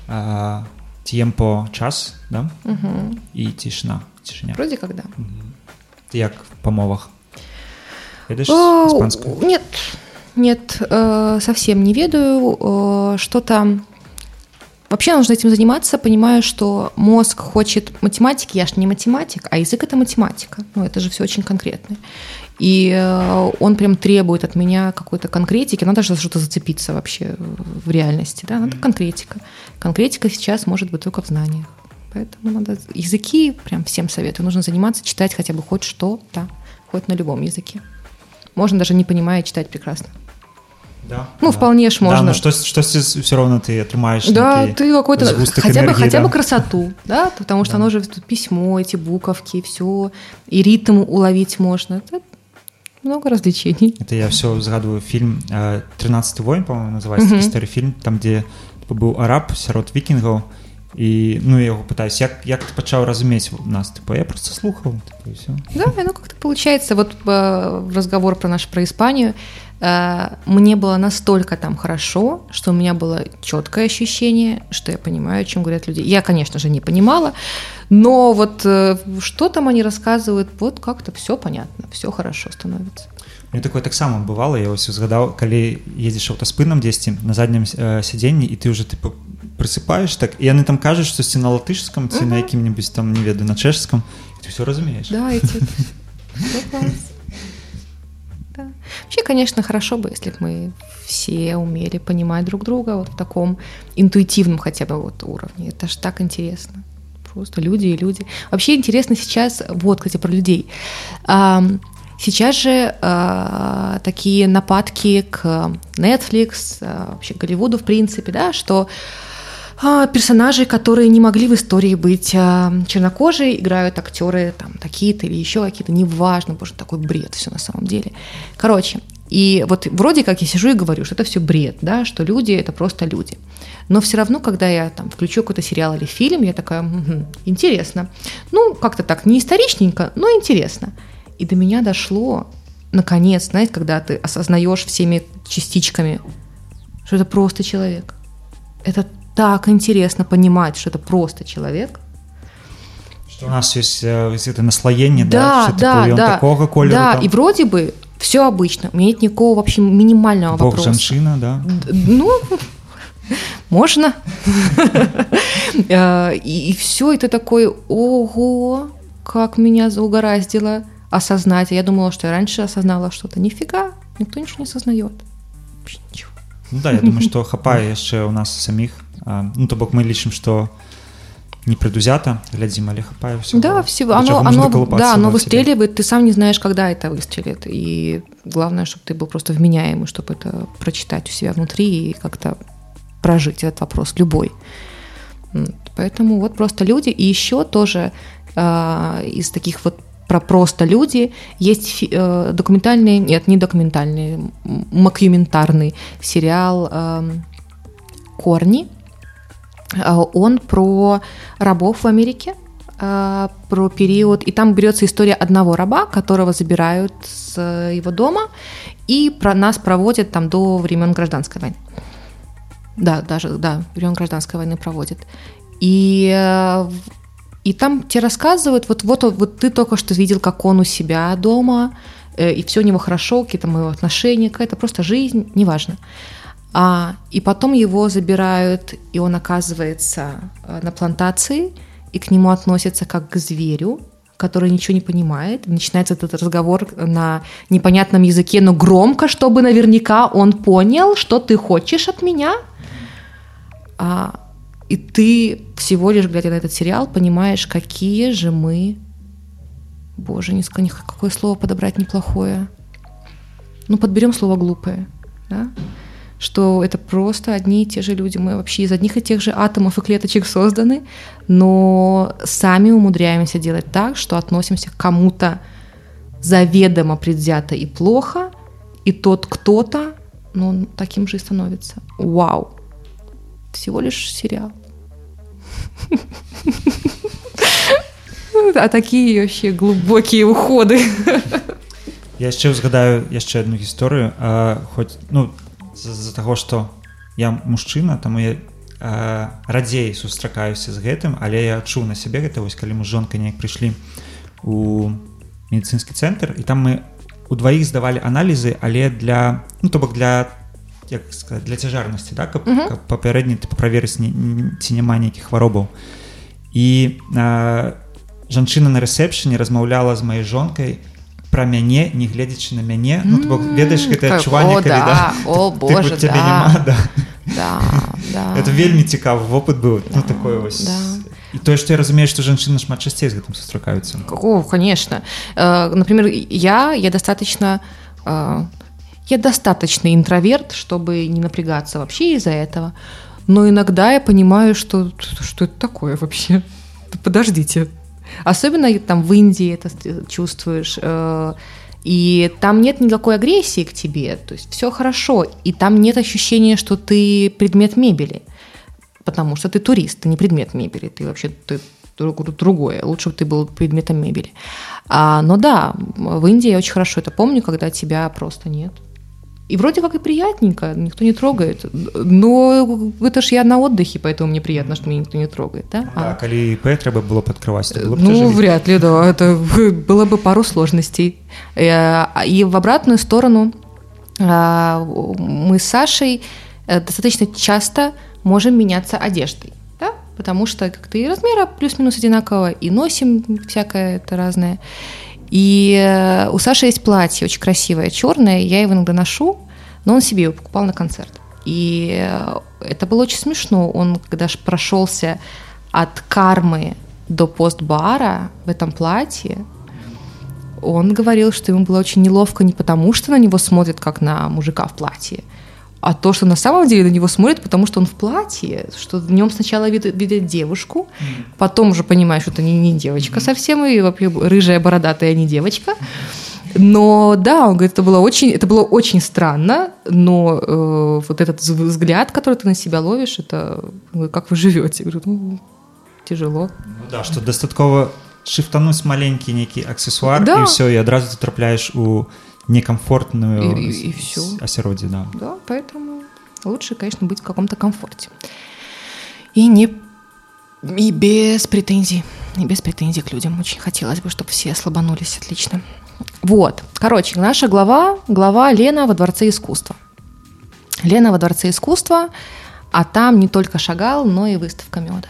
[SPEAKER 3] Темпо час, да? И тишина. Тишиня.
[SPEAKER 5] Вроде как да.
[SPEAKER 3] Ты як по мовах? Ведаешь испанскую?
[SPEAKER 5] Нет, совсем не ведаю. Что-то... Вообще нужно этим заниматься, понимая, что мозг хочет математики. Я ж не математик, а язык — это математика. Ну, это же все очень конкретно. И он прям требует от меня какой-то конкретики. Надо же за что-то зацепиться вообще в реальности. Да? Надо конкретика. Конкретика сейчас может быть только в знаниях. Поэтому надо... Языки прям всем советую. Нужно заниматься, читать хотя бы хоть что-то, хоть на любом языке. Можно даже не понимая читать прекрасно.
[SPEAKER 3] Да.
[SPEAKER 5] Ну, вполне ж можно.
[SPEAKER 3] Да, но что все равно ты отрымаешь.
[SPEAKER 5] Да, ты какой-то хотя
[SPEAKER 3] да?
[SPEAKER 5] бы красоту, да, потому что оно же тут письмо, эти буковки, все, и ритм уловить можно. Это много развлечений.
[SPEAKER 3] Это я все згадываю фильм «13-й воин», по-моему, называется, история фильм, там, где был араб сярод викингов, і ну, я його питаюсь, як ти почав розуміти нас? Типу, я просто слухав, типу, і все.
[SPEAKER 5] Да, ну как-то получается, вот разговор про Испанию, мне было настолько там хорошо, что у меня было четкое ощущение, что я понимаю, о чем говорят люди. Я, конечно же, не понимала, но вот что там они рассказывают, вот как-то все понятно, все хорошо становится.
[SPEAKER 3] Мне такое так само бывало, я ось згадав, коли їдеш автоспином десь на заднім сидінні, і ти вже, типу, присипаєш так, і вони там кажуть, що це на латишському, це на яким-нибудь там, не веду, на чешському, і ти все розумієш.
[SPEAKER 5] Да, эти... Да. Вообще, конечно, хорошо бы, если бы мы все умели понимать друг друга вот в таком интуитивном хотя бы вот уровне. Это ж так интересно. Просто люди и люди. Вообще интересно сейчас, вот, кстати, про людей. Сейчас же такие нападки к Netflix, вообще Голливуду, в принципе, да, что персонажи, которые не могли в истории быть чернокожие, играют актеры там такие-то или еще какие-то, неважно, боже, такой бред все на самом деле. Короче, и вот вроде как я сижу и говорю, что это все бред, да, что люди — это просто люди. Но все равно, когда я там включу какой-то сериал или фильм, я такая, интересно. Ну, как-то так, не историчненько, но интересно. И до меня дошло, наконец, знаете, когда ты осознаешь всеми частичками, что это просто человек. Это так интересно понимать, что это просто человек.
[SPEAKER 3] Что у нас есть это наслоение,
[SPEAKER 5] да,
[SPEAKER 3] что типа, он такого кольора.
[SPEAKER 5] Да,
[SPEAKER 3] там.
[SPEAKER 5] И вроде бы все обычно. У меня нет никакого вообще минимального
[SPEAKER 3] Бог
[SPEAKER 5] вопроса.
[SPEAKER 3] женщина, да?
[SPEAKER 5] Ну, можно. И все, это такой, ого, как меня заугораздило осознать. Я думала, что я раньше осознала что-то. Нифига, никто ничего не осознает. Вообще ничего.
[SPEAKER 3] Ну да, я думаю, что хапае яшчэ у нас самих. Ну, то бок мы лічым, што непредузято глядзім, але хапае всего.
[SPEAKER 5] Да, всего. Оно выстреливает, ты сам не знаешь, когда это выстрелит. И главное, чтобы ты был просто вменяемый, чтобы это прочитать у себя внутри и как-то прожить этот вопрос, любой. Поэтому вот просто люди. И еще тоже из таких вот про просто люди есть документальный, нет, не документальный, макюментарный сериал «Корни». Он про рабов в Америке, про период, и там берется история одного раба, которого забирают с его дома, и нас проводят там до времен гражданской войны. Да, даже, да, времен гражданской войны проводят. И там тебе рассказывают, вот ты только что видел, как он у себя дома, и все у него хорошо, какие-то его отношения, какая-то просто жизнь, неважно. И потом его забирают, и он оказывается на плантации, и к нему относятся как к зверю, который ничего не понимает. Начинается этот разговор на непонятном языке, но громко, чтобы наверняка он понял, что ты хочешь от меня. И ты всего лишь, глядя на этот сериал, понимаешь, какие же мы... Боже, какое слово подобрать неплохое. Ну, подберем слово «глупое», да? что это просто одни и те же люди. Мы вообще из одних и тех же атомов и клеточек созданы, но сами умудряемся делать так, что относимся к кому-то заведомо предвзято и плохо, и тот кто-то, ну, он таким же и становится. Вау! Всего лишь сериал. А такие вообще глубокие уходы.
[SPEAKER 3] Я яшчэ ўзгадаю яшчэ одну гісторыю, хоць, ну, з-за таго, што я мужчына, таму я радзей сустракаюся з гэтым, але я адчуў на сябе гэта, вось калі мы з жонкай неяк прыйшлі у медыцынскі цэнтр, і там мы удваіх здавалі аналізы, але для, ну, то бок для, як сказаць, для цяжарнасці, да, каб папярэдне праверыць, ці няма нейкіх хваробаў. І жанчына на рэсепшэне размаўляла з маёй жонкай про мяне, не гледзячы на мяне. Ну, ты ведаеш гэтае адчуванне, калі, да,
[SPEAKER 5] о, боже,
[SPEAKER 3] цябе няма, да.
[SPEAKER 5] Да.
[SPEAKER 3] Это вельмі цікавы вопыт быў, ну, такое вось. І тое, што я разумею, што жанчыны шмат часцей з гэтым сустракаюцца.
[SPEAKER 5] О, конечно. Например, я достаточно интроверт, чтобы не напрягаться вообще из-за этого. Но иногда я понимаю, что это такое вообще. Подождите. Особенно там в Индии это чувствуешь, и там нет никакой агрессии к тебе, то есть все хорошо, и там нет ощущения, что ты предмет мебели, потому что ты турист, ты не предмет мебели, ты вообще другое, лучше бы ты был предметом мебели. Но да, в Индии я очень хорошо это помню, когда тебя просто нет. И вроде как и приятненько, никто не трогает. Но это ж я на отдыхе, поэтому мне приятно, что меня никто не трогает. Да,
[SPEAKER 3] да, коли ИП треба было подкрывать, это было бы
[SPEAKER 5] ну,
[SPEAKER 3] тяжелее.
[SPEAKER 5] Вряд ли, да. Это было бы пару сложностей. И в обратную сторону мы с Сашей достаточно часто можем меняться одеждой. Да? Потому что как-то и размера плюс-минус одинаково, и носим всякое это разное. И у Саши есть платье очень красивое, черное, я его иногда ношу, но он себе его покупал на концерт. И это было очень смешно. Он, когда прошелся от Кармы до Постбара в этом платье, он говорил, что ему было очень неловко не потому, что на него смотрят как на мужика в платье, а то, что на самом деле на него смотрят, потому что он в платье, что в нем сначала видят девушку, потом уже понимаешь, что это не девочка совсем, и вообще рыжая, бородатая не девочка. Но да, он говорит, это было очень странно, но вот этот взгляд, который ты на себя ловишь, это как вы живете? Я говорю, ну, тяжело.
[SPEAKER 3] Ну да, что достатково шифтануть маленький некий аксессуар,
[SPEAKER 5] да.
[SPEAKER 3] И все, и одразу ты трапляешь у некомфортную
[SPEAKER 5] и все.
[SPEAKER 3] Осеродие, да.
[SPEAKER 5] Да, поэтому лучше, конечно, быть в каком-то комфорте. И без претензий. И без претензий к людям. Очень хотелось бы, чтобы все слабанулись. Отлично. Вот. Короче, наша глава Лена во Дворце искусства. Лена во Дворце искусства, а там не только Шагал, но и выставка меда.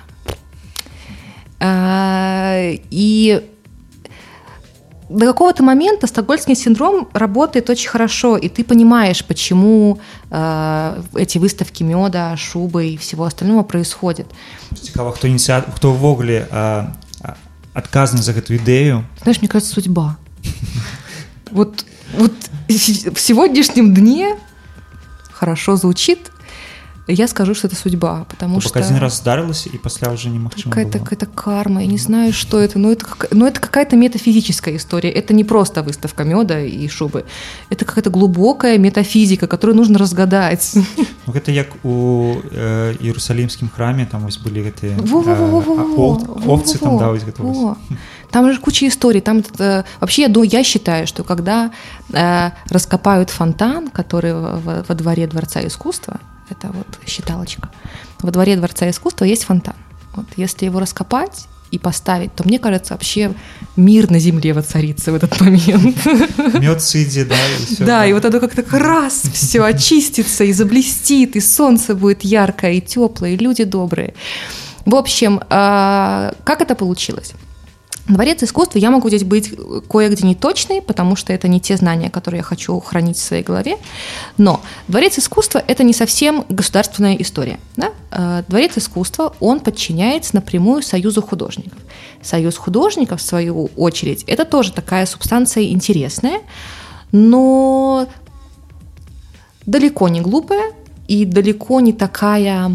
[SPEAKER 5] И до какого-то момента стокгольмский синдром работает очень хорошо, и ты понимаешь, почему эти выставки меда, шубы и всего остального происходят.
[SPEAKER 3] Цікаво, хто ввогуле адказны за эту идею?
[SPEAKER 5] Знаешь, мне кажется, судьба. Вот в сегодняшнем дне хорошо звучит, я скажу, что это судьба, потому что...
[SPEAKER 3] один раз здарилась, и после уже не магчыма было.
[SPEAKER 5] Какая-то карма, я не знаю, что это, но это какая-то метафизическая история. Это не просто выставка меда и шубы. Это какая-то глубокая метафизика, которую нужно разгадать.
[SPEAKER 3] Ну, это як у Иерусалимском храме, там были эти овцы, там, да, изготовились.
[SPEAKER 5] Там же куча историй. Там вообще я считаю, что когда раскопают фонтан, который во дворе Дворца искусства, это вот считалочка. Во дворе Дворца искусства есть фонтан. Вот, если его раскопать и поставить, то, мне кажется, вообще мир на земле воцарится в этот момент.
[SPEAKER 3] Мед сыди, да, и все.
[SPEAKER 5] Да, и вот оно как-то раз все очистится и заблестит, и солнце будет яркое, и теплое, и люди добрые. В общем, как это получилось? Дворец искусства, я могу здесь быть кое-где неточной, потому что это не те знания, которые я хочу хранить в своей голове, но Дворец искусства – это не совсем государственная история. Да? Дворец искусства, он подчиняется напрямую Союзу художников. Союз художников, в свою очередь, это тоже такая субстанция интересная, но далеко не глупая и далеко не такая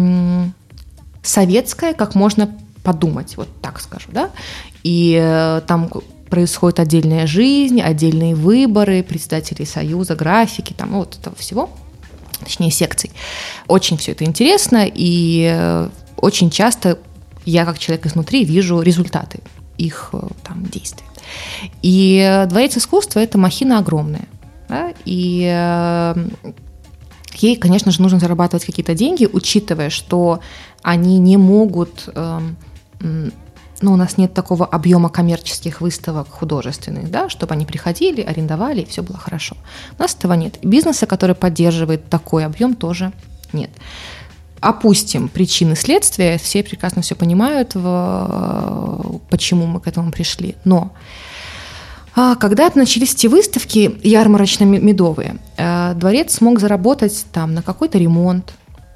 [SPEAKER 5] советская, как можно подумать, вот так скажу, да, и там происходит отдельная жизнь, отдельные выборы председателей союза, графики, там, вот этого всего, точнее, секций. Очень все это интересно, и очень часто я, как человек изнутри, вижу результаты их там действий. И Дворец искусства – это махина огромная, да, и ей, конечно же, нужно зарабатывать какие-то деньги, учитывая, что они не могут... у нас нет такого объема коммерческих выставок художественных, да, чтобы они приходили, арендовали, и все было хорошо. У нас этого нет. Бизнеса, который поддерживает такой объем, тоже нет. Опустим причины следствия, все прекрасно все понимают, почему мы к этому пришли. Но когда начались эти выставки ярмарочно-медовые, дворец смог заработать там на какой-то ремонт,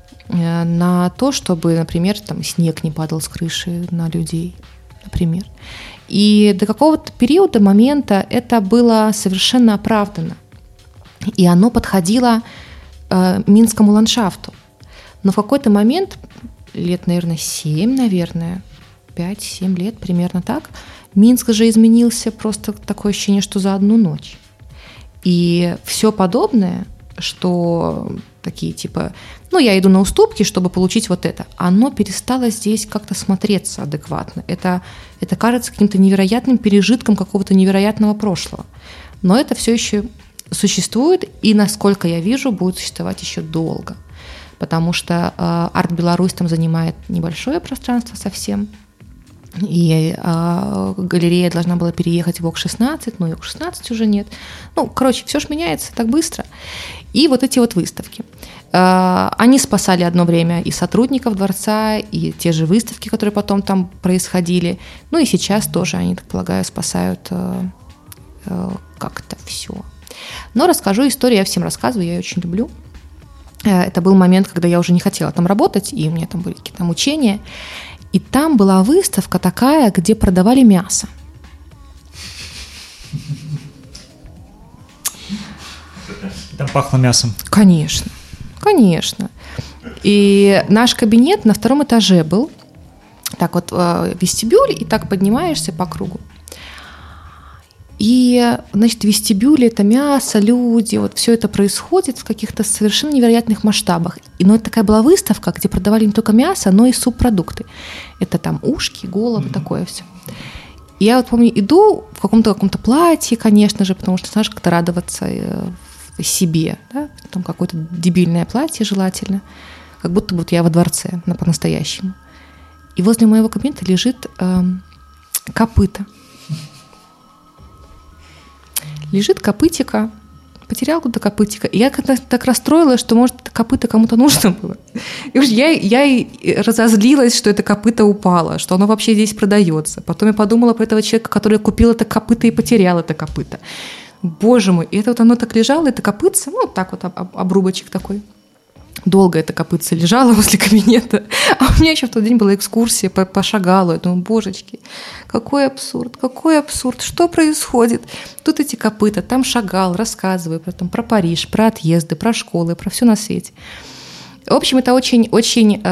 [SPEAKER 5] на то, чтобы, например, там снег не падал с крыши на людей, например. И до какого-то периода, момента это было совершенно оправдано. И оно подходило минскому ландшафту. Но в какой-то момент, лет, наверное, 7, 5-7 лет, примерно так, Минск же изменился, просто такое ощущение, что за одну ночь. И все подобное, что такие типа, я иду на уступки, чтобы получить вот это, оно перестало здесь как-то смотреться адекватно. Это кажется каким-то невероятным пережитком какого-то невероятного прошлого. Но это все еще существует, и, насколько я вижу, будет существовать еще долго. Потому что Арт Беларусь там занимает небольшое пространство совсем, и галерея должна была переехать в ОК-16, но и ОК-16 уже нет. Все ж меняется так быстро. И вот эти вот выставки. Они спасали одно время и сотрудников дворца, и те же выставки, которые потом там происходили. И сейчас тоже, они, так полагаю, спасают как-то все. Но расскажу историю, я всем рассказываю, я ее очень люблю. Это был момент, когда я уже не хотела там работать, и у меня там были какие-то мучения. И там была выставка такая, где продавали мясо.
[SPEAKER 3] Там пахло мясом.
[SPEAKER 5] Конечно, конечно. И наш кабинет на 2-м этаже был. Так вот, вестибюль, и так поднимаешься по кругу. И, значит, в вестибюле это мясо, люди, вот все это происходит в каких-то совершенно невероятных масштабах. Но это такая была выставка, где продавали не только мясо, но и субпродукты. Это там ушки, головы, такое все. И я вот помню, иду в каком-то платье, конечно же, потому что, знаешь, как-то радоваться себе, да? Там какое-то дебильное платье желательно, как будто бы я во дворце, по-настоящему. И возле моего кабинета лежит копыто. Лежит копытика, потерял куда-то копытика. И я как-то так расстроилась, что, может, это копыто кому-то нужно было. И уж я и разозлилась, что это копыто упало, что оно вообще здесь продается. Потом я подумала про этого человека, который купил это копыто и потерял это копыто. Боже мой, и это вот оно так лежало, это копытце, вот так вот обрубочек такой. Долго это копытце лежало возле кабинета. А у меня еще в тот день была экскурсия по Шагалу. Я думаю, божечки, какой абсурд, что происходит? Тут эти копыта, там Шагал, рассказываю про Париж, про отъезды, про школы, про все на свете. В общем, это очень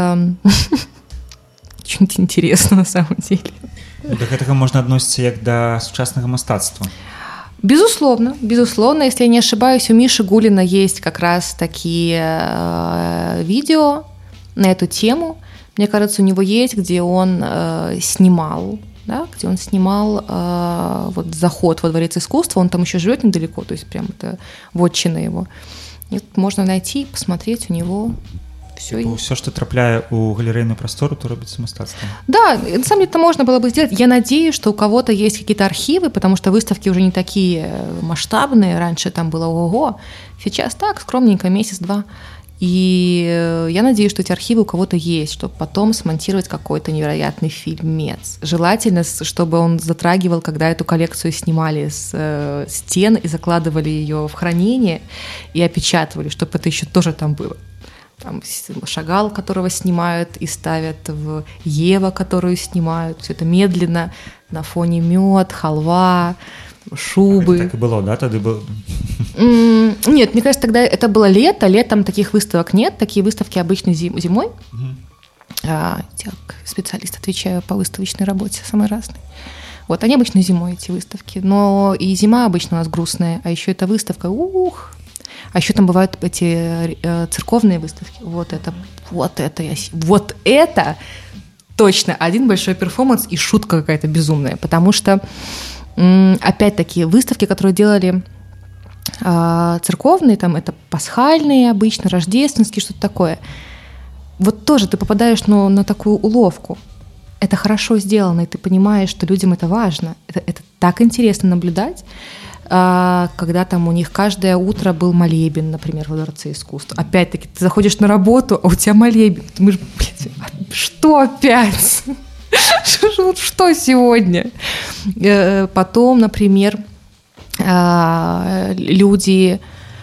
[SPEAKER 5] интересно на самом деле.
[SPEAKER 3] Да гэтага можна адносіцца як да сучаснага мастацтва.
[SPEAKER 5] Безусловно, если я не ошибаюсь, у Миши Гулина есть как раз такие видео на эту тему. Мне кажется, у него есть, где он снимал, да, вот заход во Дворец искусства. Он там еще живет недалеко, то есть прям это вотчина его. И можно найти, посмотреть у него.
[SPEAKER 3] Все, что трапляе у галерейную простору, то робится мастацтвом.
[SPEAKER 5] Да, на самом деле это можно было бы сделать. Я надеюсь, что у кого-то есть какие-то архивы, потому что выставки уже не такие масштабные. Раньше там было ого. Сейчас так, скромненько, месяц-два. И я надеюсь, что эти архивы у кого-то есть, чтобы потом смонтировать какой-то невероятный фильмец. Желательно, чтобы он затрагивал, когда эту коллекцию снимали с стен и закладывали ее в хранение и опечатывали, чтобы это еще тоже там было. Там Шагал, которого снимают и ставят, в Ева, которую снимают. Все это медленно, на фоне мед, халва, шубы.
[SPEAKER 3] Так и было, да? Тогда был...
[SPEAKER 5] Нет, мне кажется, тогда это было лето, летом таких выставок нет, такие выставки обычно зимой. Я как специалист отвечаю по выставочной работе, самой разной. Вот, они обычно зимой, эти выставки, но и зима обычно у нас грустная, а еще эта выставка, а еще там бывают эти церковные выставки, вот это точно один большой перформанс и шутка какая-то безумная, потому что, опять-таки, выставки, которые делали церковные, там это пасхальные обычно, рождественские, что-то такое, вот тоже ты попадаешь на такую уловку. Это хорошо сделано, и ты понимаешь, что людям это важно. Это так интересно наблюдать, когда там у них каждое утро был молебен, например, в Дворце искусств. Опять-таки, ты заходишь на работу, а у тебя молебен. Ты думаешь, что опять? Что сегодня? Потом, например, люди,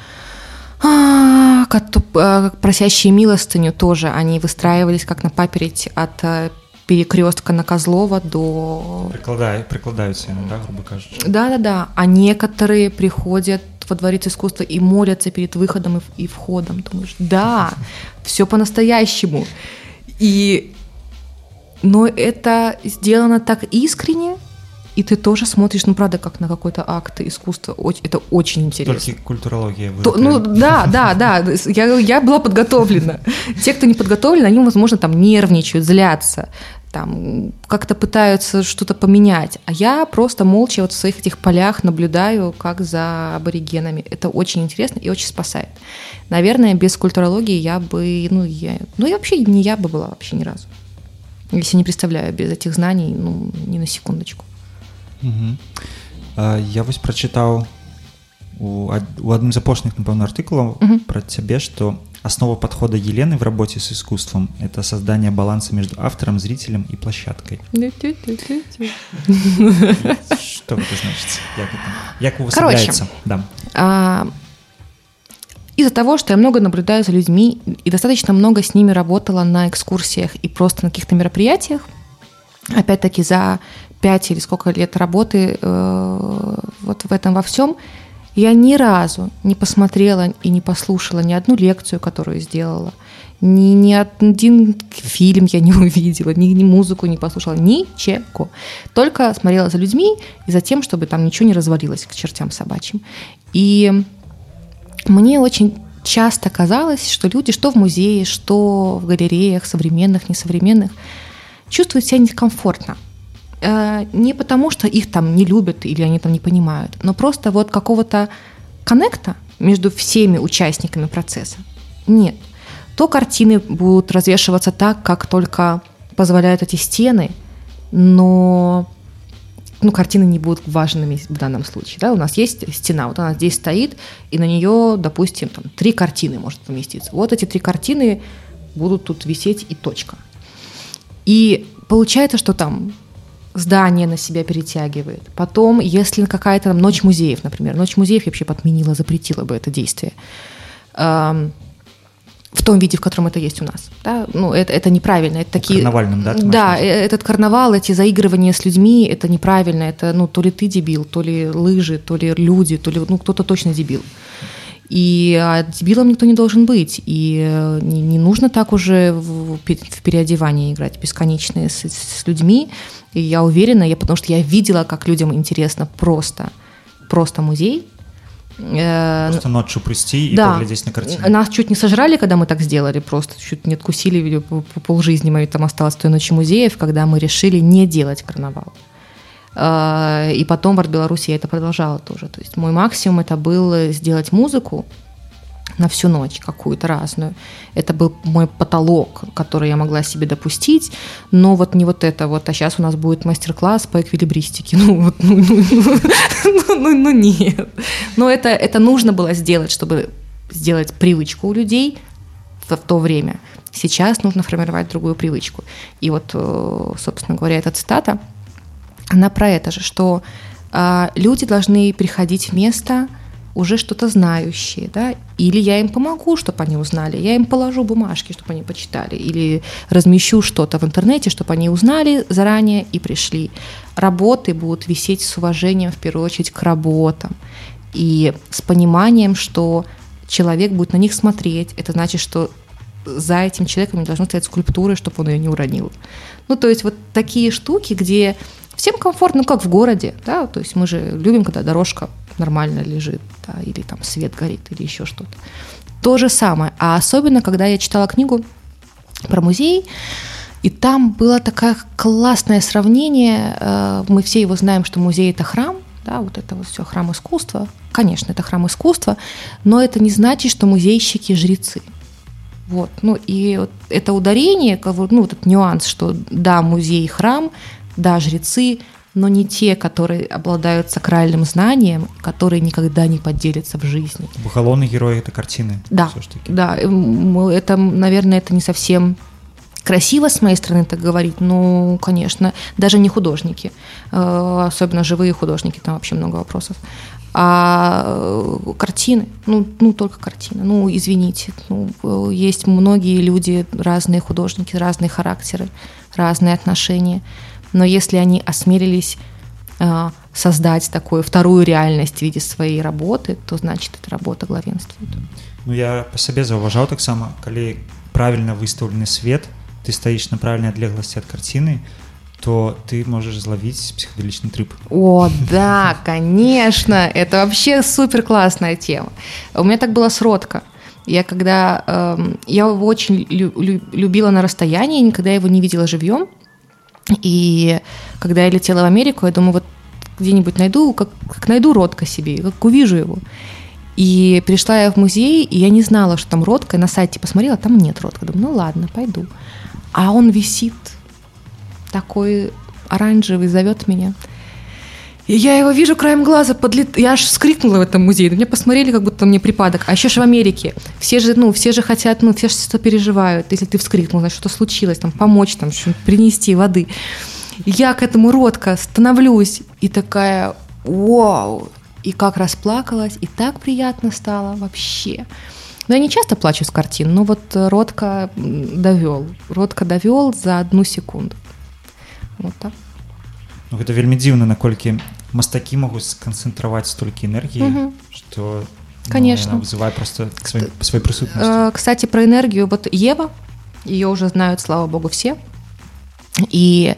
[SPEAKER 5] просящие милостыню тоже, они выстраивались как на паперти от перекрестка на Козлова до...
[SPEAKER 3] Прикладаются иногда, грубо кажется.
[SPEAKER 5] Да. А некоторые приходят во Дворец искусства и молятся перед выходом и входом. Думаешь, да, все по-настоящему. Но это сделано так искренне, и ты тоже смотришь, правда, как на какой-то акт искусства. Это очень интересно.
[SPEAKER 3] Только культурология.
[SPEAKER 5] Да. Я была подготовлена. Те, кто не подготовлен, они, возможно, там нервничают, злятся, там как-то пытаются что-то поменять. А я просто молча вот в своих этих полях наблюдаю, как за аборигенами. Это очень интересно и очень спасает. Наверное, без культурологии я бы... вообще не я бы была вообще ни разу. Если не представляю без этих знаний, ни на секундочку.
[SPEAKER 3] Я вось прачытаў у адным з апошніх, напэўна, артыкулаў про цябе, что основа подхода Елены в работе с искусством – это создание баланса между автором, зрителем и площадкой. Что это значит? Як увособляется? Да.
[SPEAKER 5] Из-за того, что я много наблюдаю за людьми и достаточно много с ними работала на экскурсиях и просто на каких-то мероприятиях, опять-таки за 5 или сколько лет работы вот в этом во всем, я ни разу не посмотрела и не послушала ни одну лекцию, которую сделала, ни один фильм я не увидела, ни музыку не послушала, ничего. Только смотрела за людьми и за тем, чтобы там ничего не развалилось к чертям собачьим. И мне очень часто казалось, что люди, что в музее, что в галереях, современных, несовременных, чувствуют себя некомфортно. Не потому, что их там не любят или они там не понимают, но просто вот какого-то коннекта между всеми участниками процесса нет. То картины будут развешиваться так, как только позволяют эти стены, но картины не будут важными в данном случае. Да? У нас есть стена, вот она здесь стоит, и на нее, допустим, 3 картины может поместиться. Вот эти 3 картины будут тут висеть и точка. И получается, что там здание на себя перетягивает. Потом, если какая-то ночь музеев, например, ночь музеев я вообще подменила, запретила бы это действие. В том виде, в котором это есть у нас. Да? Это неправильно. Это такие...
[SPEAKER 3] Карнавальным, да?
[SPEAKER 5] Да, этот карнавал, эти заигрывания с людьми, это неправильно. Это, то ли ты дебил, то ли лыжи, то ли люди, то ли кто-то точно дебил. И дебилом никто не должен быть. И не нужно так уже в переодевании играть бесконечные с людьми. И я уверена, потому что я видела, как людям интересно просто музей.
[SPEAKER 3] Просто ночью прийти и поглядеть на картину.
[SPEAKER 5] Нас чуть не сожрали, когда мы так сделали, просто чуть не откусили, полжизни моей там осталось той ночи музеев, когда мы решили не делать карнавал. И потом в Арт-Беларуси я это продолжала тоже. То есть мой максимум это был сделать музыку на всю ночь, какую-то разную. Это был мой потолок, который я могла себе допустить, но вот не вот это вот. А сейчас у нас будет мастер-класс по эквилибристике. Нет. Но это нужно было сделать, чтобы сделать привычку у людей в то время. Сейчас нужно формировать другую привычку. И вот, собственно говоря, эта цитата, она про это же, что люди должны приходить в место уже что-то знающие, да, или я им помогу, чтобы они узнали, я им положу бумажки, чтобы они почитали, или размещу что-то в интернете, чтобы они узнали заранее и пришли. Работы будут висеть с уважением, в первую очередь, к работам. и с пониманием, что человек будет на них смотреть. Это значит, что за этим человеком не должно стоять скульптуры, чтобы он ее не уронил. Ну, то есть вот такие штуки, где всем комфортно, как в городе, да, то есть мы же любим, когда дорожка нормально лежит, да, или там свет горит, или еще что-то. То же самое. А особенно, когда я читала книгу про музей, и там было такое классное сравнение, мы все его знаем, что музей – это храм, да, вот это вот все храм искусства. Конечно, это храм искусства, но это не значит, что музейщики – жрецы. Вот. Ну, и вот это ударение, ну, вот этот нюанс, что да, музей – храм, да, жрецы, но не те, которые обладают сакральным знанием, которые никогда не поделятся в жизни.
[SPEAKER 3] Главный герой — это картины.
[SPEAKER 5] Да, да, это, наверное, это не совсем красиво с моей стороны так говорить, но, конечно, даже не художники, особенно живые художники, там вообще много вопросов, а картины, ну только картины, ну, извините, ну, есть многие люди, разные художники, разные характеры, разные отношения, но если они осмелились создать такую вторую реальность в виде своей работы, то значит, эта работа главенствует.
[SPEAKER 3] Ну, я по себе заўважаў таксама, калі правильно выставлены свет, ты стоишь на правильной отлеглости от картины, то ты можешь зловить психоделичный трип.
[SPEAKER 5] О, да, конечно, это вообще супер классная тема. У меня так было с Ротко. Я его очень любила на расстоянии, никогда его не видела живьем. И когда я летела в Америку, я думаю, вот где-нибудь найду, как найду Ротко себе, как увижу его. И пришла я в музей, и я не знала, что там Ротко, и на сайте посмотрела, там нет Ротко. Думаю, ну ладно, пойду. А он висит, такой оранжевый, зовет меня. И я его вижу краем глаза, я аж вскрикнула в этом музее. На меня посмотрели, как будто мне припадок. А еще же в Америке. Все же хотят, все же что переживают. Если ты вскрикнул, значит, что случилось, там, помочь, там, что-нибудь принести воды. Я к этому Ротко становлюсь, и такая, вау! И как расплакалась, и так приятно стало вообще. Но я не часто плачу с картин, но вот Ротко довел. Ротко довел за 1 секунду. Вот так.
[SPEAKER 3] Ну, гэта вельмі дзіўна, наколькі мастакі могуць сканцэнтраваць столькі энергии, что
[SPEAKER 5] конечно.
[SPEAKER 3] Она вызывает просто своей присутностью.
[SPEAKER 5] Кстати, про энергию. Вот Ева, ее уже знают, слава богу, все. И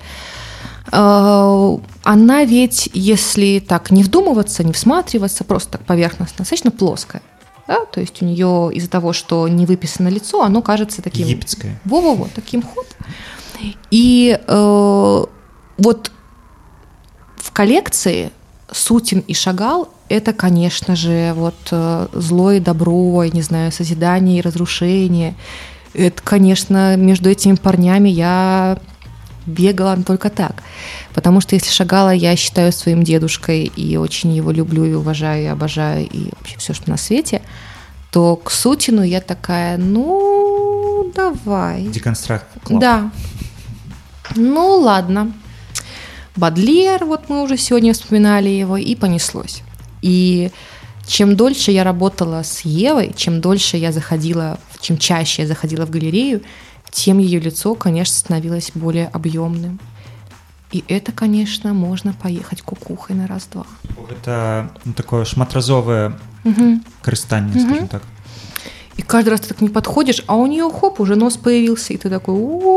[SPEAKER 5] она ведь, если так не вдумываться, не всматриваться, просто так поверхностно, достаточно плоская. Да? То есть у нее из-за того, что не выписано лицо, оно кажется таким...
[SPEAKER 3] Египетское.
[SPEAKER 5] Во-во-во, таким ход. И вот в коллекции Сутин и Шагал — это, конечно же, вот зло и добро, я не знаю, созидание и разрушение. Это, конечно, между этими парнями я бегала только так. Потому что если Шагала я считаю своим дедушкой и очень его люблю и уважаю, и обожаю, и вообще все, что на свете, то к Сутину я такая, ну, давай.
[SPEAKER 3] Деконстракт.
[SPEAKER 5] Да. Ну, ладно. Бодлер, вот мы уже сегодня вспоминали его, и понеслось. И чем дольше я работала с Евой, чем чаще я заходила в галерею, тем ее лицо, конечно, становилось более объемным. И это, конечно, можно поехать кукухой на раз-два.
[SPEAKER 3] Это такое шматразовое карыстанне, скажем так.
[SPEAKER 5] И каждый раз ты так не подходишь, а у нее, хоп, уже нос появился, и ты такой,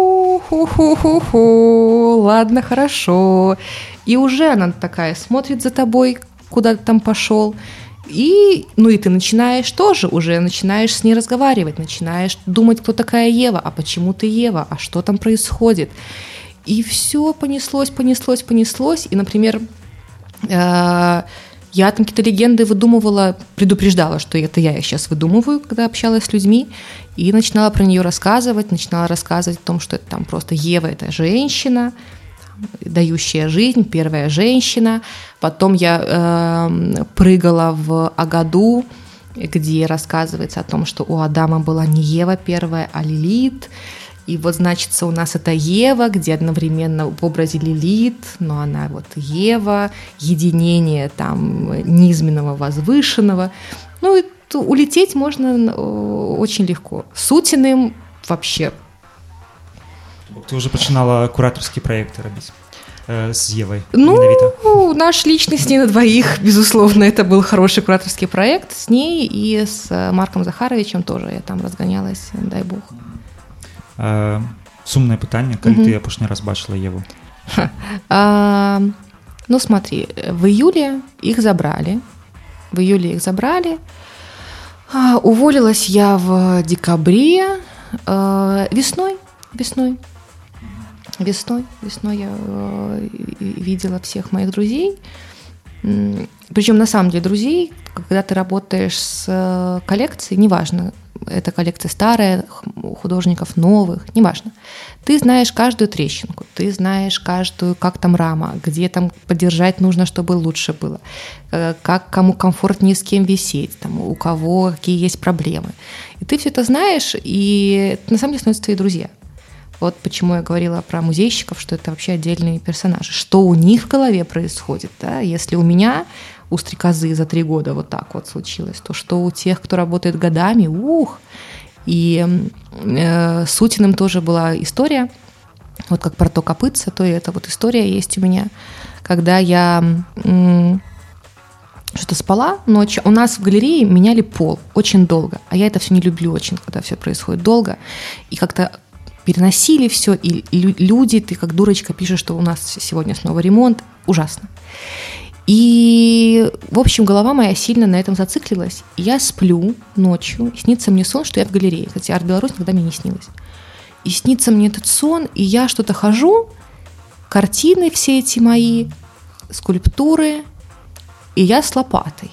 [SPEAKER 5] у-ху-ху-ху, ладно, хорошо. И уже она такая смотрит за тобой, куда ты там пошел. И ты начинаешь тоже, уже начинаешь с ней разговаривать, начинаешь думать, кто такая Ева, а почему ты Ева, а что там происходит. И все понеслось. И, например, я там какие-то легенды выдумывала, предупреждала, что это я их сейчас выдумываю, когда общалась с людьми, и начинала про нее рассказывать о том, что это там просто Ева — это женщина, дающая жизнь, первая женщина. Потом я прыгала в Агаду, где рассказывается о том, что у Адама была не Ева первая, а Лилит. И вот, значит, у нас это Ева, где одновременно в образе Лилит, но она вот Ева, единение там низменного, возвышенного. Ну, и улететь можно очень легко. Сутиным вообще.
[SPEAKER 3] Ты уже начинала кураторские проекты робить? с Евой? Менавіта?
[SPEAKER 5] Ну, наш личный с ней на двоих, безусловно, это был хороший кураторский проект с ней и с Марком Захаровичем тоже. Я там разгонялась, дай бог.
[SPEAKER 3] Сумное пытанне, калі ты апошні раз бачила Еву?
[SPEAKER 5] Ну, смотри, в июле их забрали. Уволилась я в декабре. Весной я видела всех моих друзей. Причем, на самом деле, друзей, когда ты работаешь с коллекцией, неважно, это коллекция старая, художников новых, неважно. Ты знаешь каждую трещинку, ты знаешь каждую, как там рама, где там поддержать нужно, чтобы лучше было, как кому комфортнее с кем висеть, там, у кого какие есть проблемы. И ты все это знаешь, и это на самом деле становятся твои друзья. Вот почему я говорила про музейщиков, что это вообще отдельные персонажи. Что у них в голове происходит, да? Если у меня, у стрекозы за 3 года вот так вот случилось, то что у тех, кто работает годами, И с Сутиным тоже была история, вот как про то копытце, то и эта вот история есть у меня, когда я что-то спала ночью. У нас в галерее меняли пол очень долго, а я это все не люблю очень, когда все происходит долго, и как-то переносили все, и люди, ты как дурочка пишешь, что у нас сегодня снова ремонт, ужасно. И, в общем, голова моя сильно на этом зациклилась. Я сплю ночью, и снится мне сон, что я в галерее. Кстати, арт-Беларусь никогда мне не снилось. И снится мне этот сон, и я что-то хожу, картины все эти мои, скульптуры, и я с лопатой.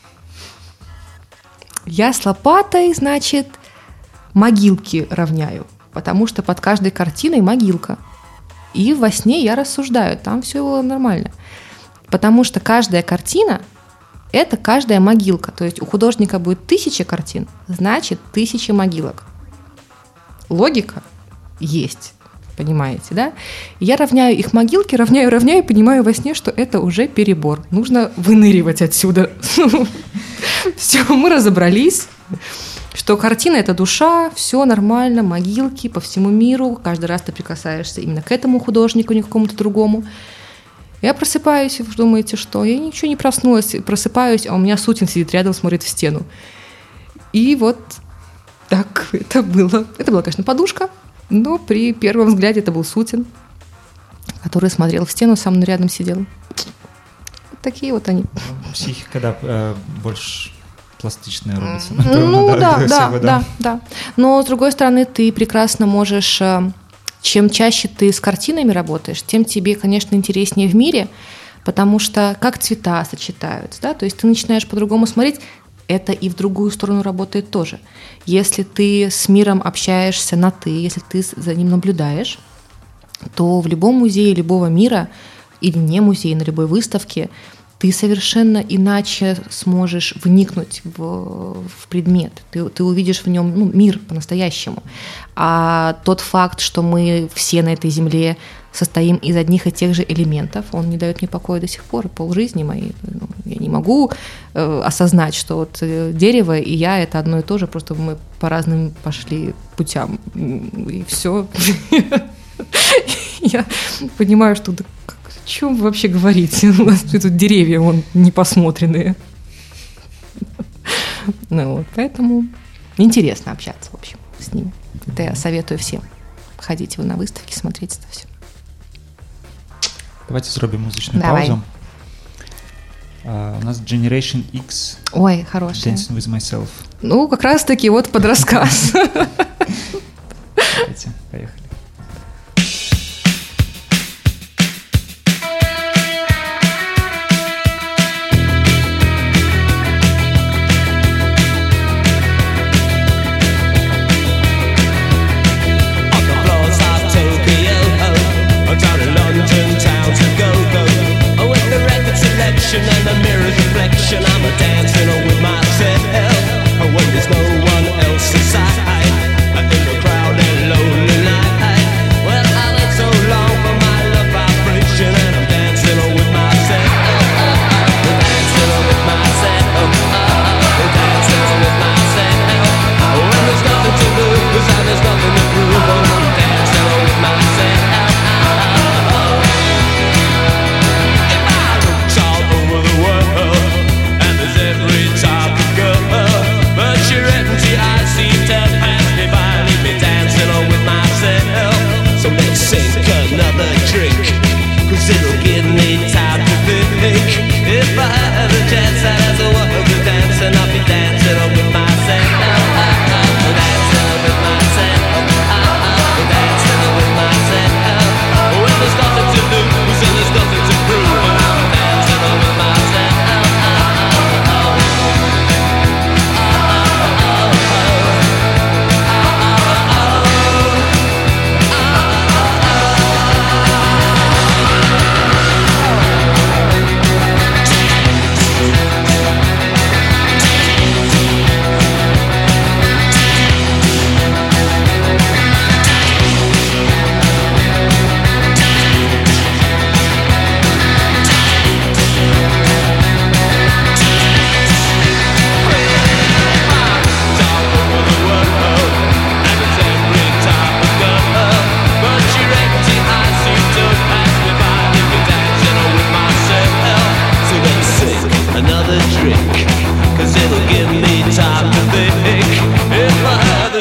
[SPEAKER 5] Я с лопатой, значит, могилки равняю, потому что под каждой картиной могилка. И во сне я рассуждаю, там все было нормально. Потому что каждая картина – это каждая могилка. То есть у художника будет 1000 картин, значит 1000 могилок. Логика есть, понимаете, да? Я равняю их могилки, равняю, и понимаю во сне, что это уже перебор. Нужно выныривать отсюда. Все, мы разобрались, что картина – это душа, все нормально, могилки по всему миру. Каждый раз ты прикасаешься именно к этому художнику, не к какому-то другому. Я просыпаюсь, и вы думаете, что? Я ничего не проснулась, просыпаюсь, а у меня Сутин сидит рядом, смотрит в стену. И вот так это было. Это была, конечно, подушка, но при первом взгляде это был Сутин, который смотрел в стену, сам рядом сидел. Вот такие вот они.
[SPEAKER 3] Психика, да, больше пластичная робится.
[SPEAKER 5] Ну да. Но, с другой стороны, ты прекрасно можешь... Чем чаще ты с картинами работаешь, тем тебе, конечно, интереснее в мире, потому что как цвета сочетаются, да, то есть ты начинаешь по-другому смотреть, это и в другую сторону работает тоже. Если ты с миром общаешься на «ты», если ты за ним наблюдаешь, то в любом музее любого мира или не музее, на любой выставке ты совершенно иначе сможешь вникнуть в предмет. Ты увидишь в нем мир по-настоящему. А тот факт, что мы все на этой земле состоим из одних и тех же элементов, он не дает мне покоя до сих пор, полжизни моей. Я не могу осознать, что вот дерево и я — это одно и то же, просто мы по разным пошли путям. И все. Я понимаю, что... О чем вы вообще говорите? У нас тут деревья вон непосмотренные. Ну вот, поэтому интересно общаться, в общем, с ними. Это я советую всем. Ходите вы на выставки, смотрите это все.
[SPEAKER 3] Давайте зробим музычную паузу. У нас Generation X.
[SPEAKER 5] Ой, хорошая.
[SPEAKER 3] Dancing with Myself.
[SPEAKER 5] Ну, как раз-таки вот под рассказ.
[SPEAKER 3] Давайте, поехали.
[SPEAKER 7] And the mirror's reflection, I'm a dancing with myself. When there's no one else inside, in the crowded lonely night.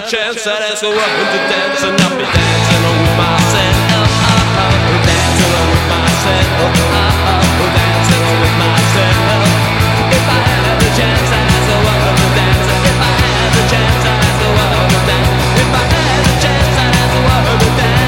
[SPEAKER 7] chance, I'd ask a woman to dance, and I'll be dancing with myself. Dancing with myself. Dancing with myself. If I had the chance, I'd ask a woman to dance. If I had the chance, I'd ask a woman to dance. If I had the chance, I'd ask a woman to dance.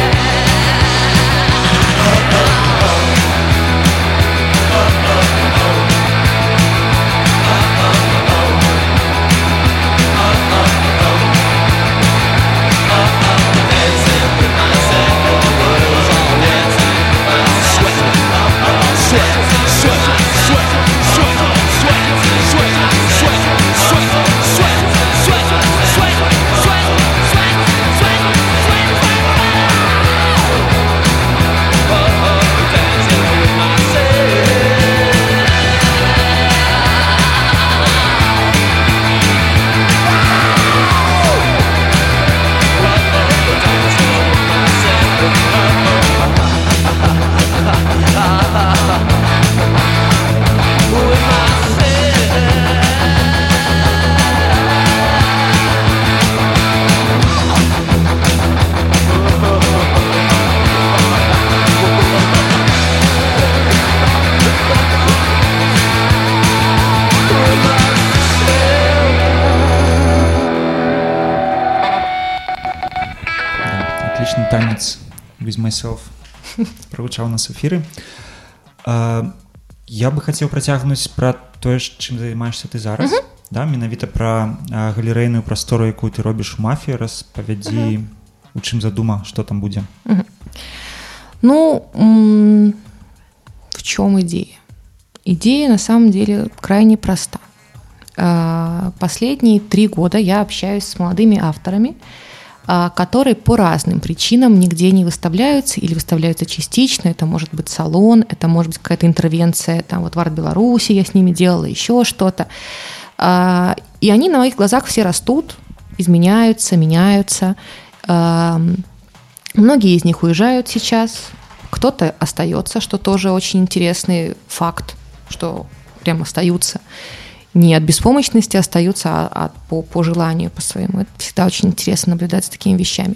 [SPEAKER 3] Танец With Myself прагучаў у нас эфіры. Я бы хацеў працягнуць пра тое, чым займаешся ты зараз, да, менавіта пра галерэйную прастору, якую ты робіш у мафіі. Распавядзі, у чым задума, што там будзе.
[SPEAKER 5] Ну, в чем идея? Идея на самом деле крайне проста. Последние 3 года я общаюсь с молодыми авторами, которые по разным причинам нигде не выставляются или выставляются частично. Это может быть салон, это может быть какая-то интервенция, там вот в Арт-Беларуси я с ними делала, еще что-то. И они на моих глазах все растут, изменяются, меняются. Многие из них уезжают сейчас, кто-то остается, что тоже очень интересный факт, что прям остаются. Не от беспомощности остаются, а по желанию, по своему. Это всегда очень интересно наблюдать за такими вещами.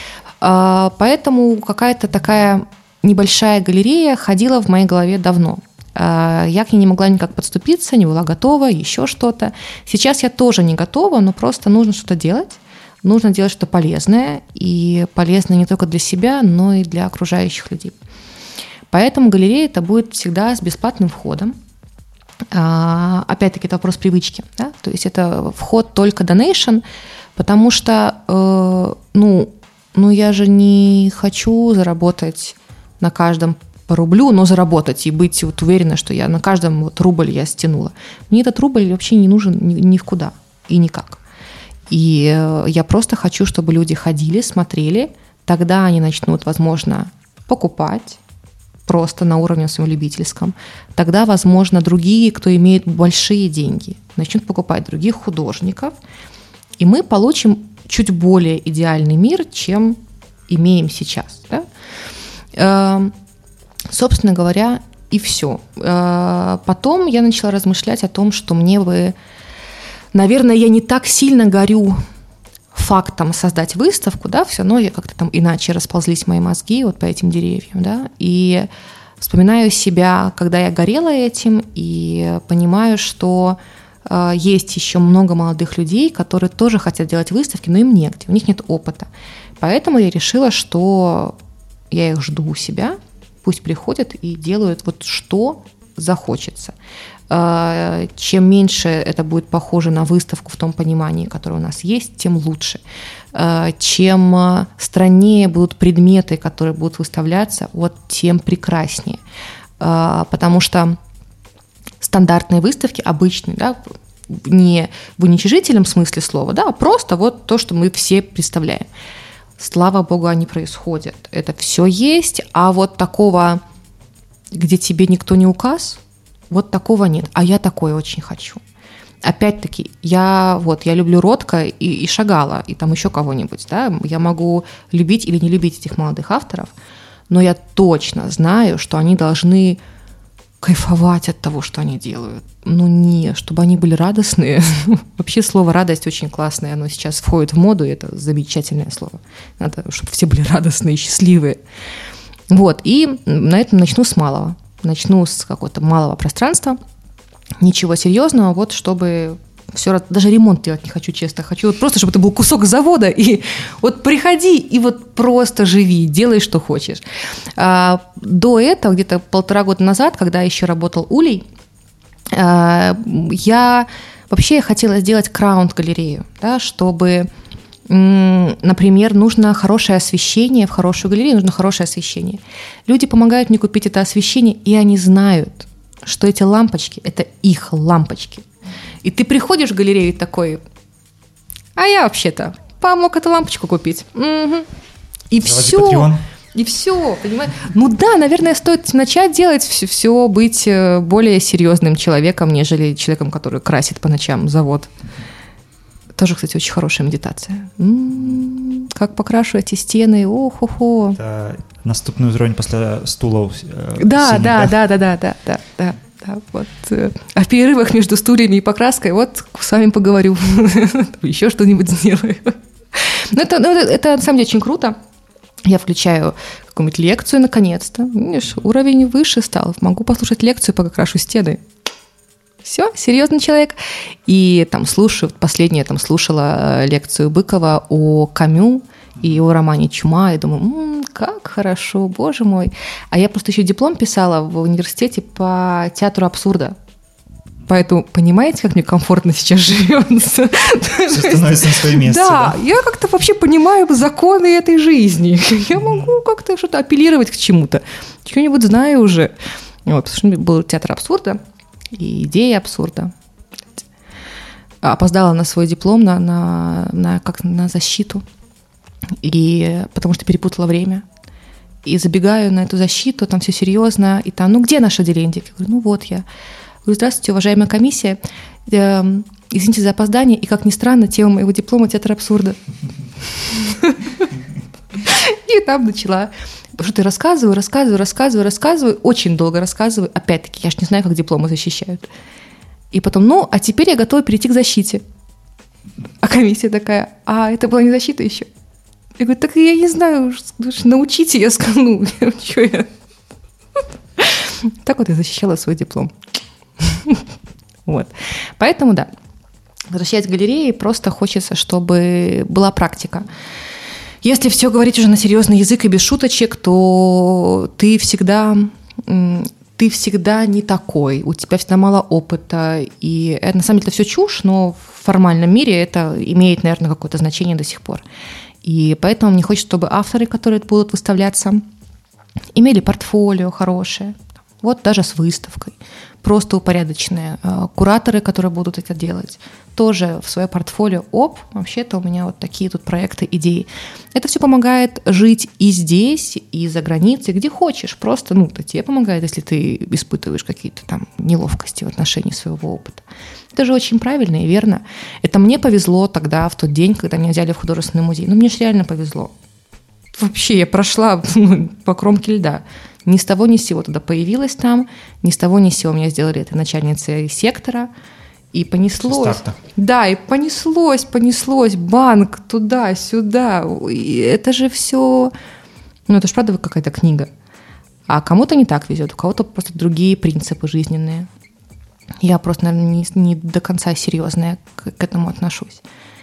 [SPEAKER 5] Поэтому какая-то такая небольшая галерея ходила в моей голове давно. Я к ней не могла никак подступиться, не была готова, еще что-то. Сейчас я тоже не готова, но просто нужно что-то делать. Нужно делать что-то полезное, и полезное не только для себя, но и для окружающих людей. Поэтому галерея это будет всегда с бесплатным входом. Опять-таки это вопрос привычки, да? То есть это вход только donation, потому что я же не хочу заработать на каждом по рублю, но заработать и быть вот уверена, что я на каждом вот рубль я стянула. Мне этот рубль вообще не нужен ни в куда и никак. И я просто хочу, чтобы люди ходили, смотрели, тогда они начнут, возможно, покупать, просто на уровне своем любительском, тогда, возможно, другие, кто имеет большие деньги, начнут покупать других художников, и мы получим чуть более идеальный мир, чем имеем сейчас. Да? Собственно говоря, и все. Потом я начала размышлять о том, что мне бы, наверное, я не так сильно горю фактом создать выставку, да, все равно я как-то там иначе расползлись мои мозги вот по этим деревьям, да, и вспоминаю себя, когда я горела этим, и понимаю, что есть еще много молодых людей, которые тоже хотят делать выставки, но им негде, у них нет опыта. Поэтому я решила, что я их жду у себя, пусть приходят и делают вот что захочется. Чем меньше это будет похоже на выставку в том понимании, которое у нас есть, тем лучше. Чем страннее будут предметы, которые будут выставляться, вот тем прекраснее. Потому что стандартные выставки, обычные, да, не в уничижительном смысле слова, да, а просто вот то, что мы все представляем. Слава богу, они происходят. Это все есть, а вот такого, где тебе никто не указ, вот такого нет, а я такое очень хочу. Опять-таки, я люблю Ротко и Шагала, и там еще кого-нибудь, да, я могу любить или не любить этих молодых авторов, но я точно знаю, что они должны кайфовать от того, что они делают. Ну, не, чтобы они были радостные. Вообще слово «радость» очень классное, оно сейчас входит в моду, и это замечательное слово. Надо, чтобы все были радостные, счастливые. Вот, и на этом начну с малого. Начну с какого-то малого пространства, ничего серьезного, вот чтобы все, даже ремонт делать не хочу, честно. Хочу вот просто, чтобы это был кусок завода, и вот приходи, и вот просто живи, делай, что хочешь. До этого, где-то 1,5 года назад, когда еще работал Улей, я вообще хотела сделать краунд-галерею, да, чтобы, например, нужно хорошее освещение, в хорошую галерею нужно хорошее освещение. Люди помогают мне купить это освещение, и они знают, что эти лампочки – это их лампочки. И ты приходишь в галерею такой, а я вообще-то помог эту лампочку купить. Угу. И все. И все, понимаешь? Ну да, наверное, стоит начать делать все, быть более серьезным человеком, нежели человеком, который красит по ночам завод. Тоже, кстати, очень хорошая медитация. Как покрашу эти стены, ох-хо-хо.
[SPEAKER 3] Это наступный уровень после стулов.
[SPEAKER 5] Да. Вот. О перерывах между стульями и покраской вот с вами поговорю. Еще что-нибудь сделаю. Но это на самом деле очень круто. Я включаю какую-нибудь лекцию, наконец-то. Видишь, уровень выше стал. Могу послушать лекцию, пока крашу стены. Все, серьезный человек. И там слушаю, последнее там слушала лекцию Быкова о Камю и о романе «Чума», и думаю, как хорошо, боже мой. А я просто еще диплом писала в университете по театру абсурда. Поэтому понимаете, как мне комфортно сейчас живется?
[SPEAKER 3] Все становится на свое место.
[SPEAKER 5] Да, я как-то вообще понимаю законы этой жизни. Я могу как-то что-то апеллировать к чему-то. Что-нибудь знаю уже. Вот, потому что был театр абсурда и идея абсурда. Опоздала на свой диплом, на защиту. И потому что перепутала время. И забегаю на эту защиту, там все серьезно. И там, где наш отделение? Я говорю, вот я. Говорю, здравствуйте, уважаемая комиссия. Извините за опоздание. И, как ни странно, тема моего диплома — театр абсурда. И там начала. Что-то рассказываю. Очень долго рассказываю. Опять-таки, я ж не знаю, как дипломы защищают. И потом, а теперь я готова перейти к защите. А комиссия такая, это была не защита еще. Я говорю, так я не знаю, научите, я скажу, что я. Так вот я защищала свой диплом. Вот. Поэтому, да, возвращаясь к галерее, просто хочется, чтобы была практика. Если все говорить уже на серьезный язык и без шуточек, то ты всегда не такой, у тебя всегда мало опыта, и это, на самом деле, это все чушь, но в формальном мире это имеет, наверное, какое-то значение до сих пор. И поэтому мне хочется, чтобы авторы, которые будут выставляться, имели портфолио хорошее, вот даже с выставкой, просто упорядоченные. Кураторы, которые будут это делать, тоже в свое портфолио, вообще-то у меня вот такие тут проекты, идеи. Это все помогает жить и здесь, и за границей, где хочешь. Просто, это тебе помогает, если ты испытываешь какие-то там неловкости в отношении своего опыта. Это же очень правильно и верно. Это мне повезло тогда, в тот день, когда меня взяли в художественный музей. Мне же реально повезло. Вообще, я прошла по кромке льда. Ни с того ни с сего туда появилась там, ни с того ни с сего меня сделали этой начальницей сектора. И понеслось. Да, и понеслось. Банк туда-сюда. И это же все... это же правда какая-то книга. А кому-то не так везет, у кого-то просто другие принципы жизненные. Я просто, наверное, не до конца серьезная к этому отношусь.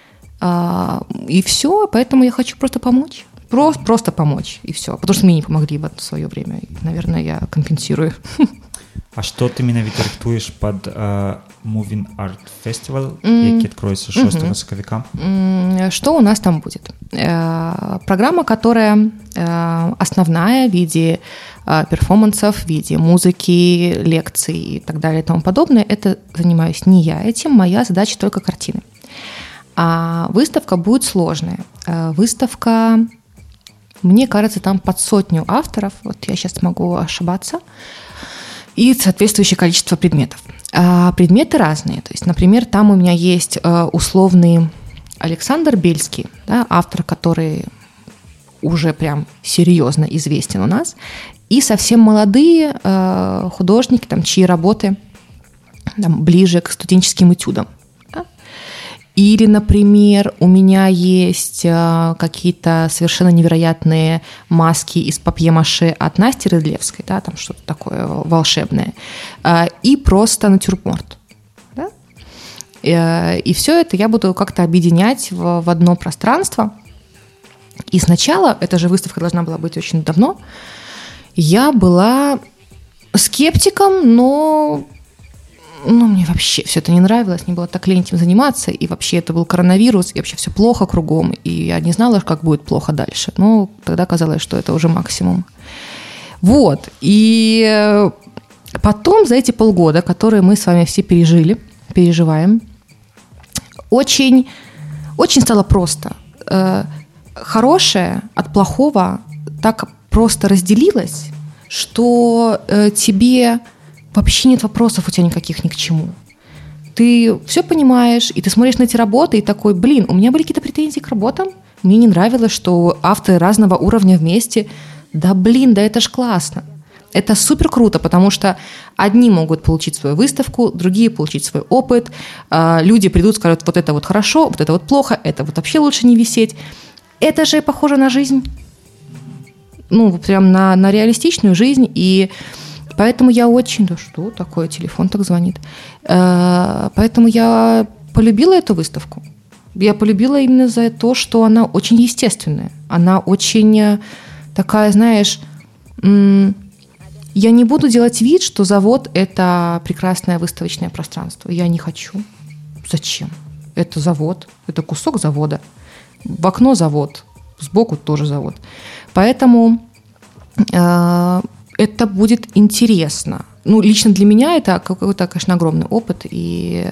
[SPEAKER 5] И все, поэтому я хочу просто помочь. Просто помочь, и все. Потому что мне не помогли в свое время. И, наверное, я компенсирую.
[SPEAKER 3] А что ты менавіта рыхтуеш под Moving Art Festival, який откроется 6 сакавіка?
[SPEAKER 5] Что у нас там будет? Программа, которая основная в виде перформансов, в виде музыки, лекций и так далее и тому подобное. Это занимаюсь не я этим, моя задача только картины. А выставка будет сложная. Выставка, мне кажется, там под 100 авторов, вот я сейчас могу ошибаться, и соответствующее количество предметов. Предметы разные. То есть, например, там у меня есть условный Александр Бельский, да, автор, который уже прям серьезно известен у нас, и совсем молодые художники, там, чьи работы там, ближе к студенческим этюдам. Да? Или, например, у меня есть какие-то совершенно невероятные маски из папье-маше от Насти Рыдлевской, да, там что-то такое волшебное, и просто натюрморт. Да? И все это я буду как-то объединять в одно пространство. И сначала, эта же выставка должна была быть очень давно, я была скептиком, но мне вообще все это не нравилось, не было так лень этим заниматься, и вообще это был коронавирус, и вообще все плохо кругом, и я не знала, как будет плохо дальше. Но тогда казалось, что это уже максимум. Вот, и потом за эти полгода, которые мы с вами все переживаем, очень, очень стало просто. Хорошее от плохого так просто разделилось, что тебе вообще нет вопросов у тебя никаких ни к чему. Ты все понимаешь, и ты смотришь на эти работы, и такой, у меня были какие-то претензии к работам, мне не нравилось, что авторы разного уровня вместе. Да это ж классно. Это супер круто, потому что одни могут получить свою выставку, другие получить свой опыт, люди придут, скажут, вот это вот хорошо, вот это вот плохо, это вот вообще лучше не висеть. Это же похоже на жизнь, прям на реалистичную жизнь, и поэтому я очень... Да что такое, телефон так звонит. Поэтому я полюбила эту выставку. Я полюбила именно за то, что она очень естественная. Она очень такая, знаешь... Я не буду делать вид, что завод – это прекрасное выставочное пространство. Я не хочу. Зачем? Это завод, это кусок завода. В окно завод, сбоку тоже завод. Поэтому это будет интересно. Лично для меня это какой-то, конечно, огромный опыт. И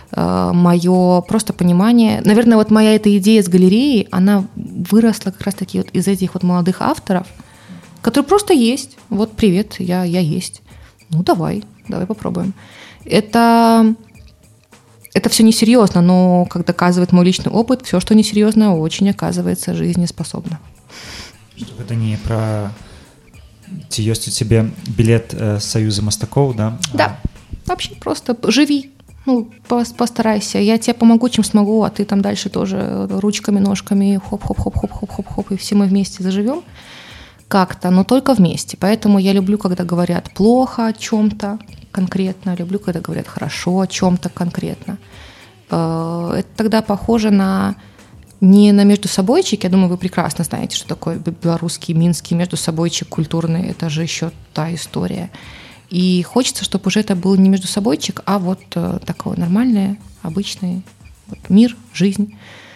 [SPEAKER 5] мое просто понимание... Наверное, вот моя эта идея с галереей, она выросла как раз-таки вот из этих вот молодых авторов, которые просто есть. Вот, привет, я есть. Давай попробуем. Это все несерьезно, но, как доказывает мой личный опыт, все, что несерьезно, очень оказывается жизнеспособно.
[SPEAKER 3] Чтобы это не про... Есть у тебя билет Союза мастаков, да?
[SPEAKER 5] Да, вообще просто живи, постарайся. Я тебе помогу, чем смогу, а ты там дальше тоже ручками, ножками, хоп-хоп-хоп-хоп-хоп-хоп-хоп, и все мы вместе заживем как-то, но только вместе. Поэтому я люблю, когда говорят плохо о чем-то конкретно, люблю, когда говорят хорошо о чем-то конкретно. Это тогда похоже не на междусобойчик. Я думаю, вы прекрасно знаете, что такое белорусский, минский междусобойчик культурный. Это же еще та история. И хочется, чтобы уже это был не междусобойчик, а вот такой нормальный, обычный мир, жизнь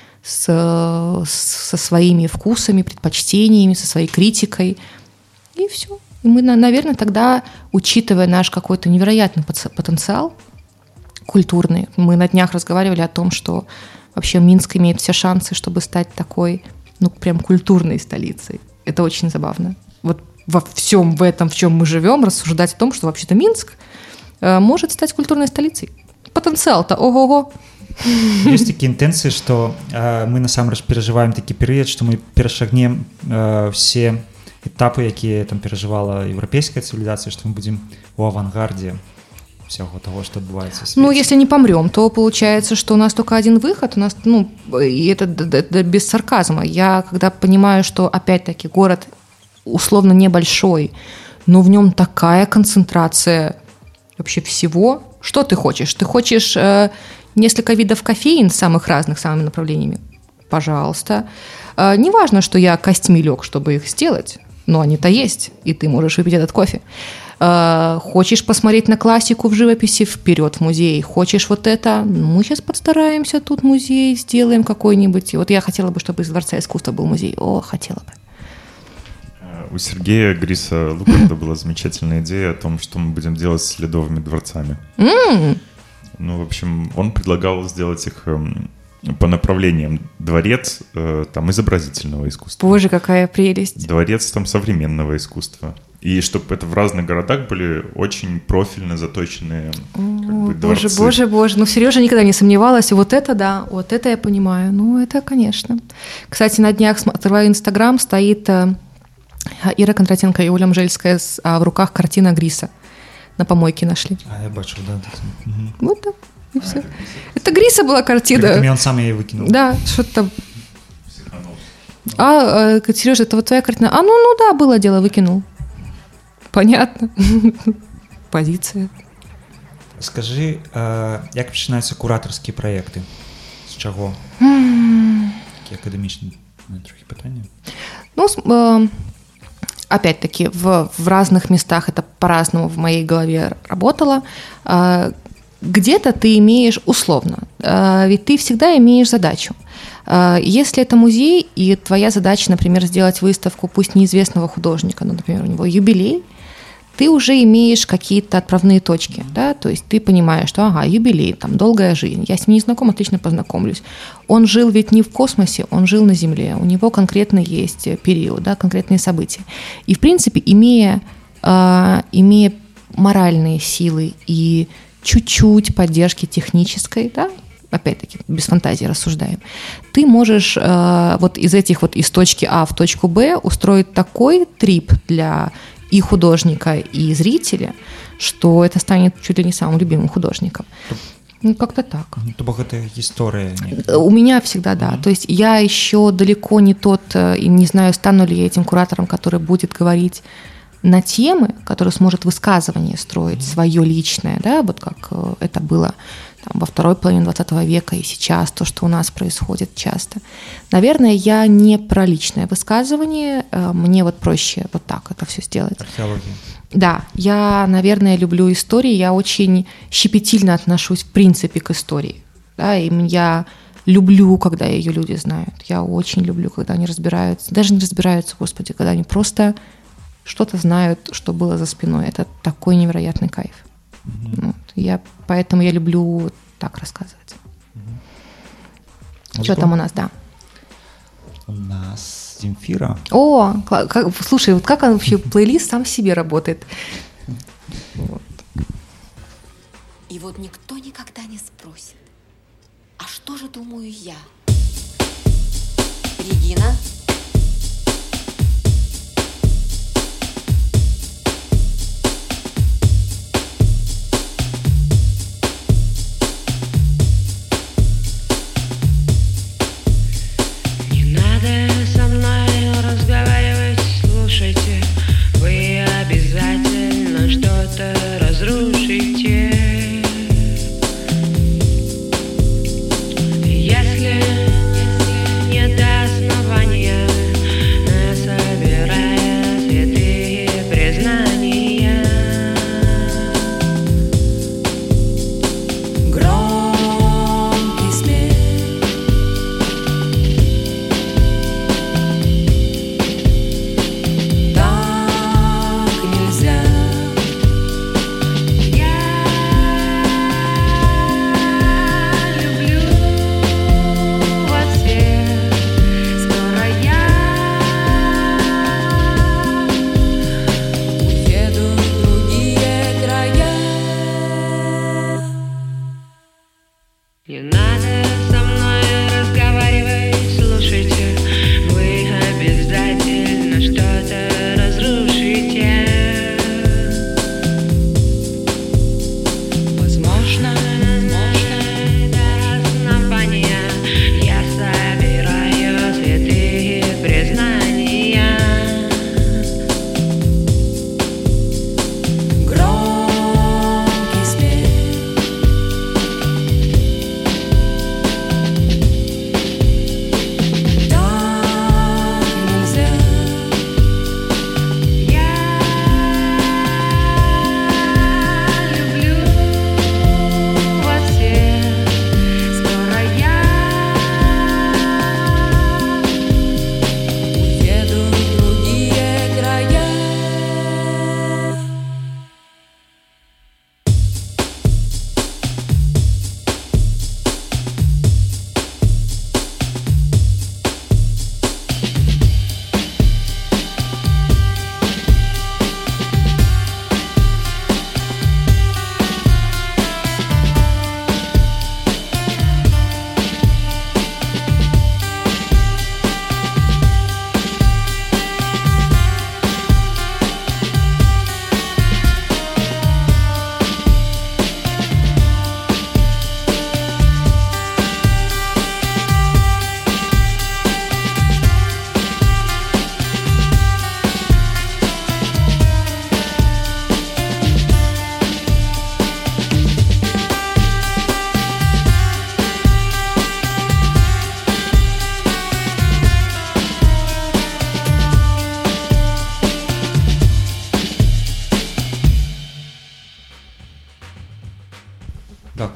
[SPEAKER 5] со своими вкусами, предпочтениями, со своей критикой. И все. И мы, наверное, тогда, учитывая наш какой-то невероятный потенциал культурный, мы на днях разговаривали о том, что вообще Минск имеет все шансы, чтобы стать такой, прям культурной столицей. Это очень забавно. Вот во всем в этом, в чем мы живем, рассуждать о том, что вообще-то Минск может стать культурной столицей. Потенциал-то ого-го.
[SPEAKER 3] Есть такие интенции, что мы насамрэч переживаем такі перыяд, што мы перашагнем все этапы, якія там перажывала еўрапейская цывілізацыя, што мы будзем у авангардзе всего того, что отбывается в свете.
[SPEAKER 5] Если не помрем, то получается, что у нас только один выход, у нас, и это без сарказма. Я когда понимаю, что, опять-таки, город условно небольшой, но в нем такая концентрация вообще всего. Что ты хочешь? Ты хочешь несколько видов кофеин самых разных, самыми направлениями? Пожалуйста. Неважно, что я костьми лег, чтобы их сделать, но они-то есть, и ты можешь выпить этот кофе. Хочешь посмотреть на классику в живописи? Вперед в музей. Хочешь вот это? Мы сейчас подстараемся, тут музей сделаем какой-нибудь. И вот я хотела бы, чтобы из Дворца искусства был музей. Хотела бы.
[SPEAKER 4] У Сергея Гриса Лукарда была замечательная идея о том, что мы будем делать с ледовыми дворцами. В общем, он предлагал сделать их по направлениям. Дворец там изобразительного искусства.
[SPEAKER 5] Боже, какая прелесть.
[SPEAKER 4] Дворец там современного искусства. И чтобы это в разных городах были очень профильно заточенные дворцы.
[SPEAKER 5] Боже. Сережа никогда не сомневалась. Вот это да, вот это я понимаю. Это, конечно. Кстати, на днях, открываю Инстаграм, стоит Ира Кондратенко и Оля Мжельская, а в руках картина Гриса. На помойке нашли.
[SPEAKER 3] А, я бачу, да.
[SPEAKER 5] Вот так, и все. Это Гриса была картина.
[SPEAKER 3] Притом он сам ее выкинул.
[SPEAKER 5] Да, что-то там. Сережа, это вот твоя картина. Ну да, было дело, выкинул. Понятно. Позиция.
[SPEAKER 3] Скажи, як починаються кураторські проєкти? З чого? Такі академічні трохи питання.
[SPEAKER 5] Ну, опять-таки, в разных местах это по-разному в моей голове работало. Где-то ты имеешь условно, ведь ты всегда имеешь задачу. Если это музей, и твоя задача, например, сделать выставку, пусть неизвестного художника, но, например, у него юбилей, ты уже имеешь какие-то отправные точки, да, то есть ты понимаешь, что, ага, юбилей, там, долгая жизнь, я с ним не знаком, отлично познакомлюсь. Он жил ведь не в космосе, он жил на Земле, у него конкретно есть период, да, конкретные события. И, в принципе, имея моральные силы и чуть-чуть поддержки технической, да, опять-таки, без фантазии рассуждаем, ты можешь вот из точки А в точку Б устроить такой трип для и художника, и зрителя, что это станет чуть ли не самым любимым художником. Ну, как-то так.
[SPEAKER 3] То бок это история.
[SPEAKER 5] У меня всегда, да. То есть я еще далеко не тот, и не знаю, стану ли я этим куратором, который будет говорить на темы, который сможет высказывание строить свое личное, да, вот как это было там, во второй половине 20 века и сейчас, то, что у нас происходит часто. Наверное, я не про личное высказывание, мне вот проще вот так это все сделать.
[SPEAKER 3] Археология.
[SPEAKER 5] Да, я, наверное, люблю истории, я очень щепетильно отношусь в принципе к истории, да, и я люблю, когда ее люди знают, я очень люблю, когда они разбираются, даже не разбираются, господи, когда они просто что-то знают, что было за спиной, это такой невероятный кайф. Вот. Поэтому я люблю так рассказывать. Что там у нас, да?
[SPEAKER 3] У нас Земфира.
[SPEAKER 5] О, слушай, вот как вообще плейлист сам в себе работает? Вот.
[SPEAKER 8] И вот никто никогда не спросит, а что же думаю я? Регина?
[SPEAKER 9] Если нет основания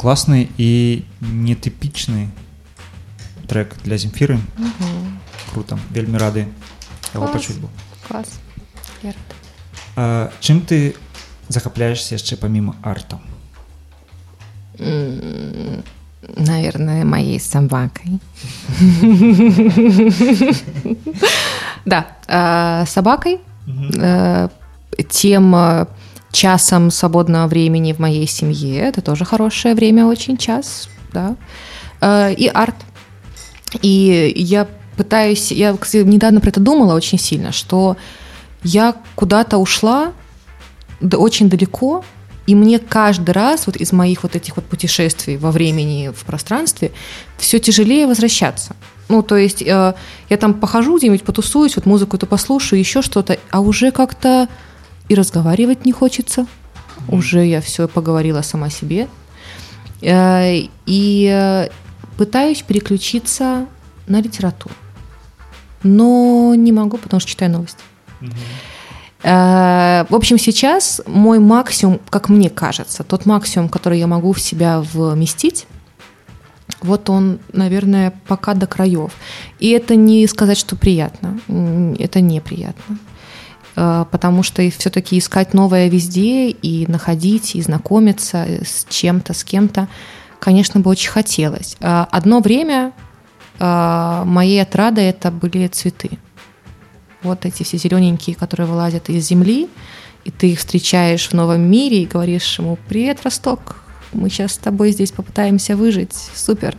[SPEAKER 3] классный и нетипичный трек для Земфиры. Круто, вельмі рады яго
[SPEAKER 5] Клас.
[SPEAKER 3] пачуць быў.
[SPEAKER 5] Класс. Я рада.
[SPEAKER 3] Чым ты захапляешься яшчэ памімо арту?
[SPEAKER 5] Наверное, моей собакой. Да, собакой, тем часом свободного времени в моей семье. Это тоже хорошее время, очень час, да. И арт. И я пытаюсь, я, кстати, недавно про это думала очень сильно, что я куда-то ушла очень далеко, и мне каждый раз вот из моих вот этих вот путешествий во времени, в пространстве все тяжелее возвращаться. Ну, то есть я там похожу где-нибудь, потусуюсь, вот музыку эту послушаю, еще что-то, а уже как-то и разговаривать не хочется. Уже я все поговорила сама себе. И пытаюсь переключиться на литературу. Но не могу, потому что читаю новости. В общем, сейчас мой максимум, как мне кажется, тот максимум, который я могу в себя вместить, вот он, наверное, пока до краев. И это не сказать, что приятно. Это неприятно. Потому что все-таки искать новое везде и находить, и знакомиться с чем-то, с кем-то, конечно, бы очень хотелось. Одно время моей отрадой это были цветы. Вот эти все зелененькие, которые вылазят из земли, и ты их встречаешь в новом мире и говоришь ему: «Привет, Росток, мы сейчас с тобой здесь попытаемся выжить, супер».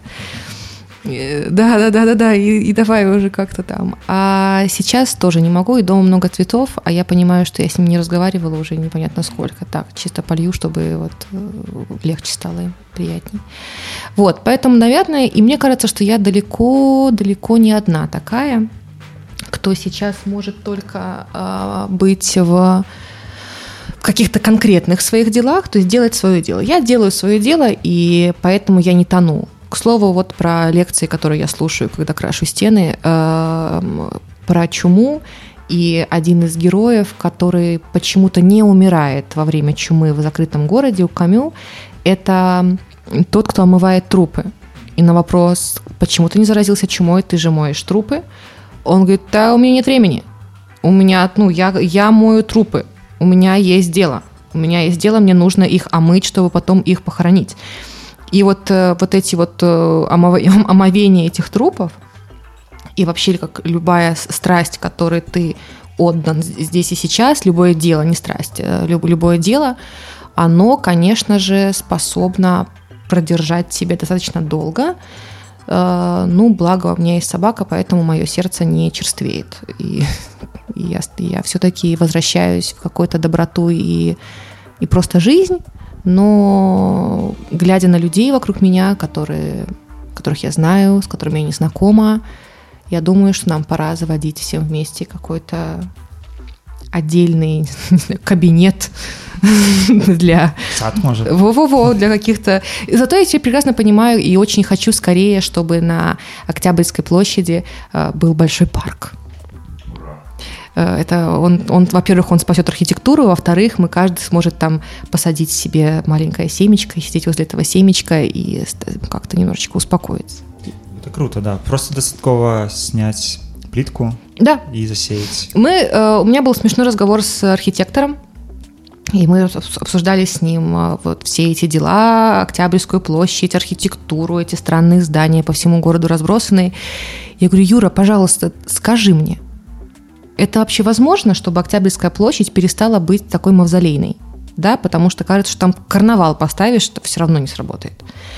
[SPEAKER 5] Да, и давай уже как-то там. А сейчас тоже не могу, и дома много цветов, а я понимаю, что я с ним не разговаривала уже непонятно сколько. Так, чисто полью, чтобы вот легче стало им, приятней. Вот, поэтому, наверное, и мне кажется, что я далеко не одна такая, кто сейчас может только быть в каких-то конкретных своих делах, то есть делать свое дело. Я делаю свое дело, и поэтому я не тону. К слову, вот про лекции, которые я слушаю, когда крашу стены, про чуму, и один из героев, который почему-то не умирает во время чумы в закрытом городе у Камю, это тот, кто омывает трупы. И на вопрос: «Почему ты не заразился чумой, ты же моешь трупы?» Он говорит: «Да, у меня нет времени. У меня, я мою трупы. У меня есть дело. Мне нужно их омыть, чтобы потом их похоронить». И вот эти вот омовения этих трупов, и вообще как любая страсть, которой ты отдан здесь и сейчас, любое дело, не страсть, любое дело, оно, конечно же, способно продержать себя достаточно долго. Благо у меня есть собака, поэтому мое сердце не черствеет. И я все-таки возвращаюсь в какую-то доброту и просто жизнь, но глядя на людей вокруг меня, которых я знаю, с которыми я не знакома, я думаю, что нам пора заводить всем вместе какой-то отдельный, не знаю, кабинет для...
[SPEAKER 3] Сад, может.
[SPEAKER 5] Для каких-то... Зато я тебя прекрасно понимаю и очень хочу скорее, чтобы на Октябрьской площади был большой парк. Это он, во-первых, он спасет архитектуру, во-вторых, мы каждый сможет там посадить себе маленькое семечко и сидеть возле этого семечка и как-то немножечко успокоиться.
[SPEAKER 3] Это круто, да. Просто достаточно снять плитку,
[SPEAKER 5] да,
[SPEAKER 3] и засеять.
[SPEAKER 5] У меня был смешной разговор с архитектором, и мы обсуждали с ним вот все эти дела, Октябрьскую площадь, архитектуру, эти странные здания по всему городу разбросанные. Я говорю: «Юра, пожалуйста, скажи мне, это вообще возможно, чтобы Октябрьская площадь перестала быть такой мавзолейной?» Да, потому что кажется, что там карнавал поставишь, что все равно не сработает.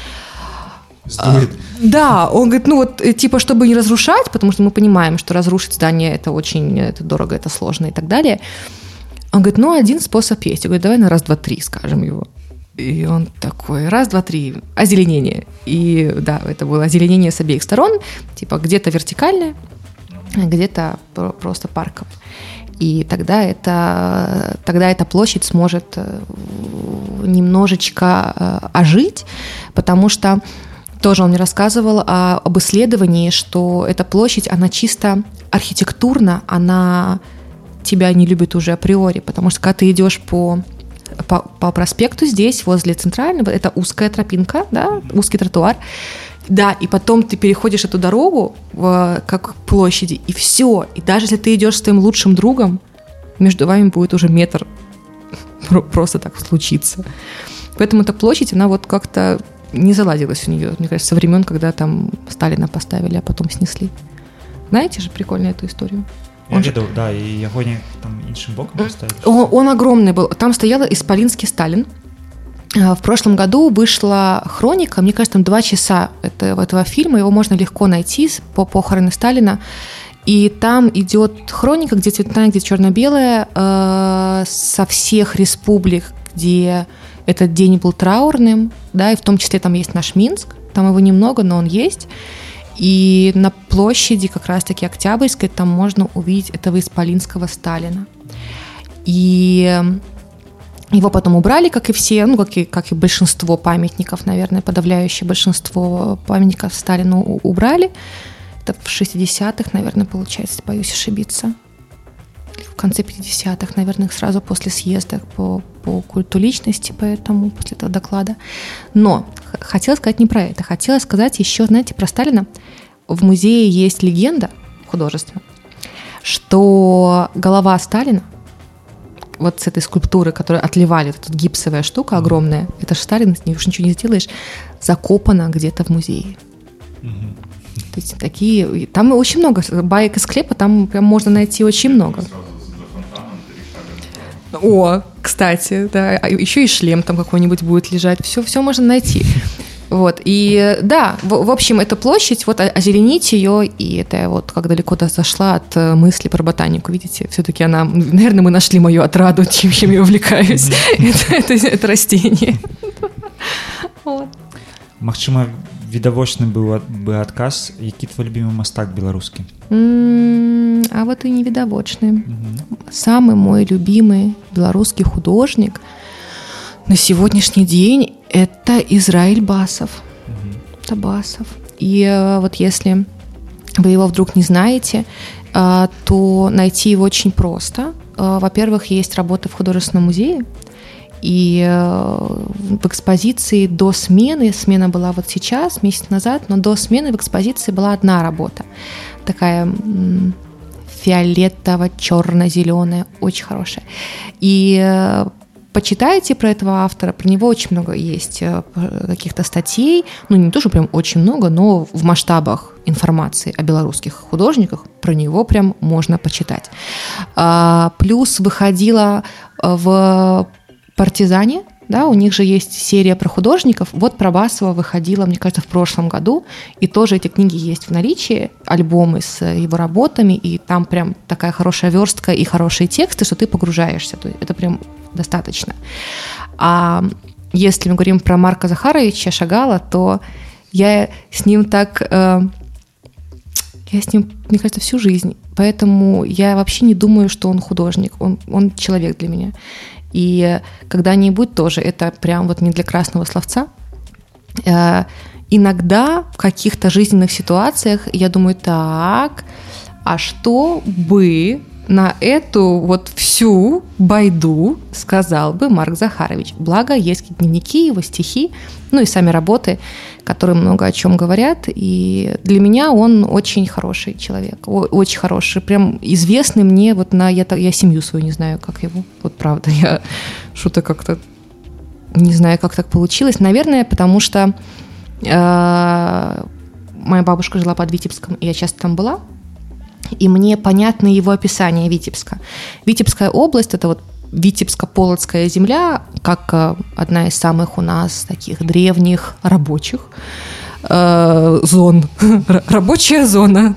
[SPEAKER 5] Да, он говорит, чтобы не разрушать, потому что мы понимаем, что разрушить здание это дорого, это сложно и так далее. Он говорит: один способ есть. Я говорю: давай на раз, два, три скажем его. И он такой: раз, два, три, озеленение. И да, это было озеленение с обеих сторон, где-то вертикальное, где-то просто парковое. И тогда эта площадь сможет немножечко ожить, потому что тоже он мне рассказывал об исследовании, что эта площадь, она чисто архитектурно, она тебя не любит уже априори, потому что когда ты идешь по по проспекту здесь, возле центрального, это узкая тропинка, да, узкий тротуар. Да, и потом ты переходишь эту дорогу как к площади, и все. И даже если ты идешь с твоим лучшим другом, между вами будет уже метр просто так случиться. Поэтому эта площадь, она вот как-то не заладилась у нее, мне кажется, со времен, когда там Сталина поставили, а потом снесли. Знаете же прикольно эту историю?
[SPEAKER 3] Я видел, да, и его там іншим боком поставили.
[SPEAKER 5] Он огромный был. Там стоял исполинский Сталин. В прошлом году вышла хроника, мне кажется, там 2 часа этого фильма, его можно легко найти по похороны Сталина. И там идет хроника, где цветная, где черно-белая, со всех республик, где этот день был траурным, да, и в том числе там есть наш Минск, там его немного, но он есть. И на площади как раз-таки Октябрьской там можно увидеть этого исполинского Сталина. И его потом убрали, как и все, ну, как и большинство памятников, наверное, подавляющее большинство памятников Сталину убрали. Это в 60-х, наверное, получается, боюсь ошибиться. В конце 50-х, наверное, сразу после съезда по культу личности, поэтому после этого доклада. Но хотела сказать не про это. Хотела сказать еще, знаете, про Сталина. В музее есть легенда художественная, что голова Сталина, вот с этой скульптуры, которую отливали, вот эта гипсовая штука огромная, это же Сталин, с ней уж ничего не сделаешь, закопана где-то в музее. То есть такие... Там очень много баек из склепа, там прям можно найти очень много. О, кстати, да, еще и шлем там какой-нибудь будет лежать. Все можно найти. Вот, и да, в общем, эта площадь, вот озеленить ее, и это вот как далеко зашла от мысли про ботанику, видите, все-таки она, наверное, мы нашли мою отраду, чем я увлекаюсь, это растение.
[SPEAKER 3] Магчыма, відавочны быў бы адказ, які твой любимый мастак беларускі?
[SPEAKER 5] А вот и невидовочный. Самый мой любимый белорусский художник на сегодняшний день — это Израиль Басов. Это Басов. И вот если вы его вдруг не знаете, то найти его очень просто. Во-первых, есть работы в художественном музее, и в экспозиции до смены, смена была вот сейчас, месяц назад, но до смены в экспозиции была одна работа, такая фиолетово-черно-зеленая, очень хорошая. И почитайте про этого автора, про него очень много есть каких-то статей, ну не тоже прям очень много, но в масштабах информации о белорусских художниках про него прям можно почитать. Плюс выходила в «Партизане», да, у них же есть серия про художников. Вот про Басова выходила, мне кажется, в прошлом году, и тоже эти книги есть в наличии, альбомы с его работами, и там прям такая хорошая верстка и хорошие тексты, что ты погружаешься, то есть это прям достаточно. А если мы говорим про Марка Захаровича Шагала, то я с ним так... Я с ним, мне кажется, всю жизнь, поэтому я вообще не думаю, что он художник, он человек для меня. И когда-нибудь тоже, это прям вот не для красного словца. Иногда в каких-то жизненных ситуациях я думаю, так, а что бы на эту вот всю байду сказал бы Марк Захарович? Благо, есть дневники, его стихи, ну и сами работы, которые много о чем говорят. И для меня он очень хороший человек, очень хороший, прям известный мне. Вот я семью свою не знаю, как его. Вот правда, я что-то как-то не знаю, как так получилось. Наверное, потому что моя бабушка жила под Витебском, и я часто там была. И мне понятно его описание Витебска. Витебская область — это вот Витебско-Полоцкая земля, как одна из самых у нас таких древних рабочих зон. Рабочая зона.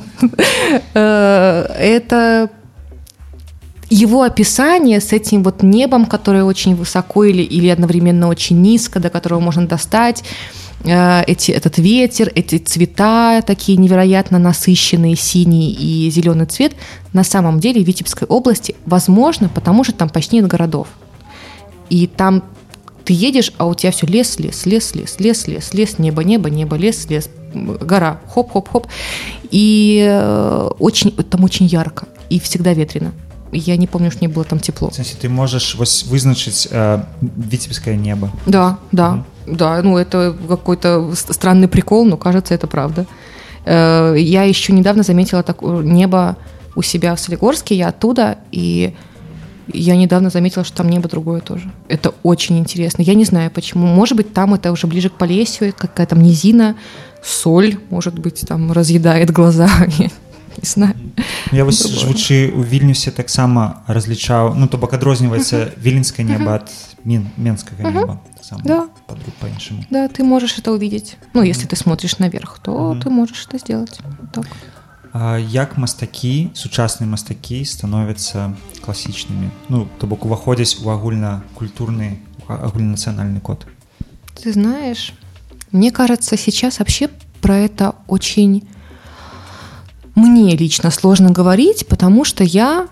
[SPEAKER 5] Это его описание с этим вот небом, которое очень высоко или одновременно очень низко, до которого можно достать, этот ветер, эти цвета такие невероятно насыщенные, синий и зеленый цвет, на самом деле в Витебской области возможно, потому что там почти нет городов. И там ты едешь, а у тебя все лес, небо, лес, гора, хоп. И там очень ярко и всегда ветрено. я не помню, что мне было там тепло.
[SPEAKER 3] В сэнсе, ты можаш вось вызначыць віцебскае неба.
[SPEAKER 5] Да, ну это какой-то странный прикол, но кажется, это правда. Я еще недавно заметила такое небо у себя в Солигорске, я оттуда, и я недавно заметила, что там небо другое тоже. Это очень интересно. Я не знаю почему. Может быть, там это уже ближе к Полесью, какая-то низина, соль, может быть, там разъедает глаза. Я не знаю.
[SPEAKER 3] Я вось жывучы ў Вільнюсе таксама разлічаў, ну то бок адрозніваецца віленскае неба ад менскага неба.
[SPEAKER 5] Да.
[SPEAKER 3] По-іншаму.
[SPEAKER 5] Да, ты можешь это увидеть. Ну, если ты смотришь наверх, то ты можешь это сделать. Так.
[SPEAKER 3] А як мастакі, сучасныя мастакі становяцца класічнымі? Ну, то бок уваходзяць у агульнакультурны, агульнанацыянальны код.
[SPEAKER 5] Ты знаешь, мне кажется, сейчас вообще про это очень... Мне лично сложно говорить, потому что я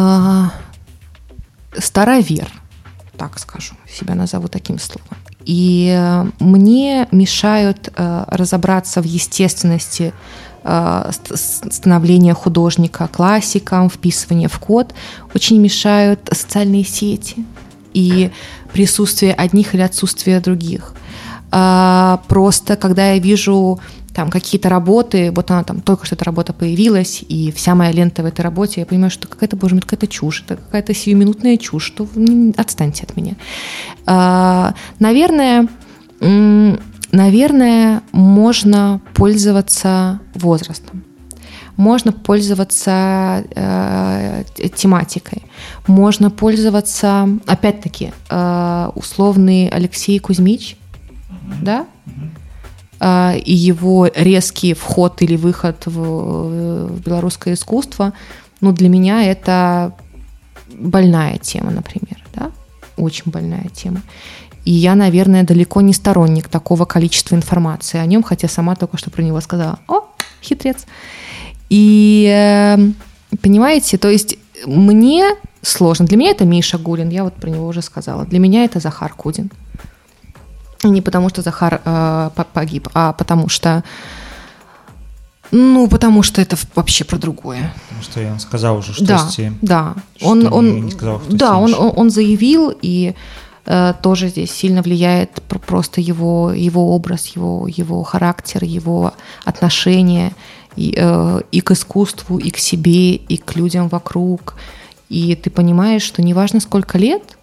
[SPEAKER 5] старовер, так скажу, себя назову таким словом. И мне мешают разобраться в естественности становления художника классиком, вписывания в код. Очень мешают социальные сети и присутствие одних или отсутствие других. Просто когда я вижу там какие-то работы, вот она там, только что эта работа появилась, и вся моя лента в этой работе, я понимаю, что какая-то, боже мой, какая-то чушь, это какая-то сиюминутная чушь, что отстаньте от меня. Наверное, можно пользоваться возрастом, можно пользоваться тематикой, можно пользоваться, опять-таки, условный Алексей Кузьмич, да, и его резкий вход или выход в белорусское искусство, ну, для меня это больная тема, например, да, очень больная тема. И я, наверное, далеко не сторонник такого количества информации о нем, хотя сама только что про него сказала: «О, хитрец». И, понимаете, то есть мне сложно. Для меня это Миша Гурин, я вот про него уже сказала. Для меня это Захар Кудин. И не потому, что Захар погиб, а потому что... Ну, потому что это вообще про другое.
[SPEAKER 3] Потому что он сказал уже, что...
[SPEAKER 5] Да. Он заявил, и тоже здесь сильно влияет просто его образ, его характер, его отношение и к искусству, и к себе, и к людям вокруг. И ты понимаешь, что неважно, сколько лет,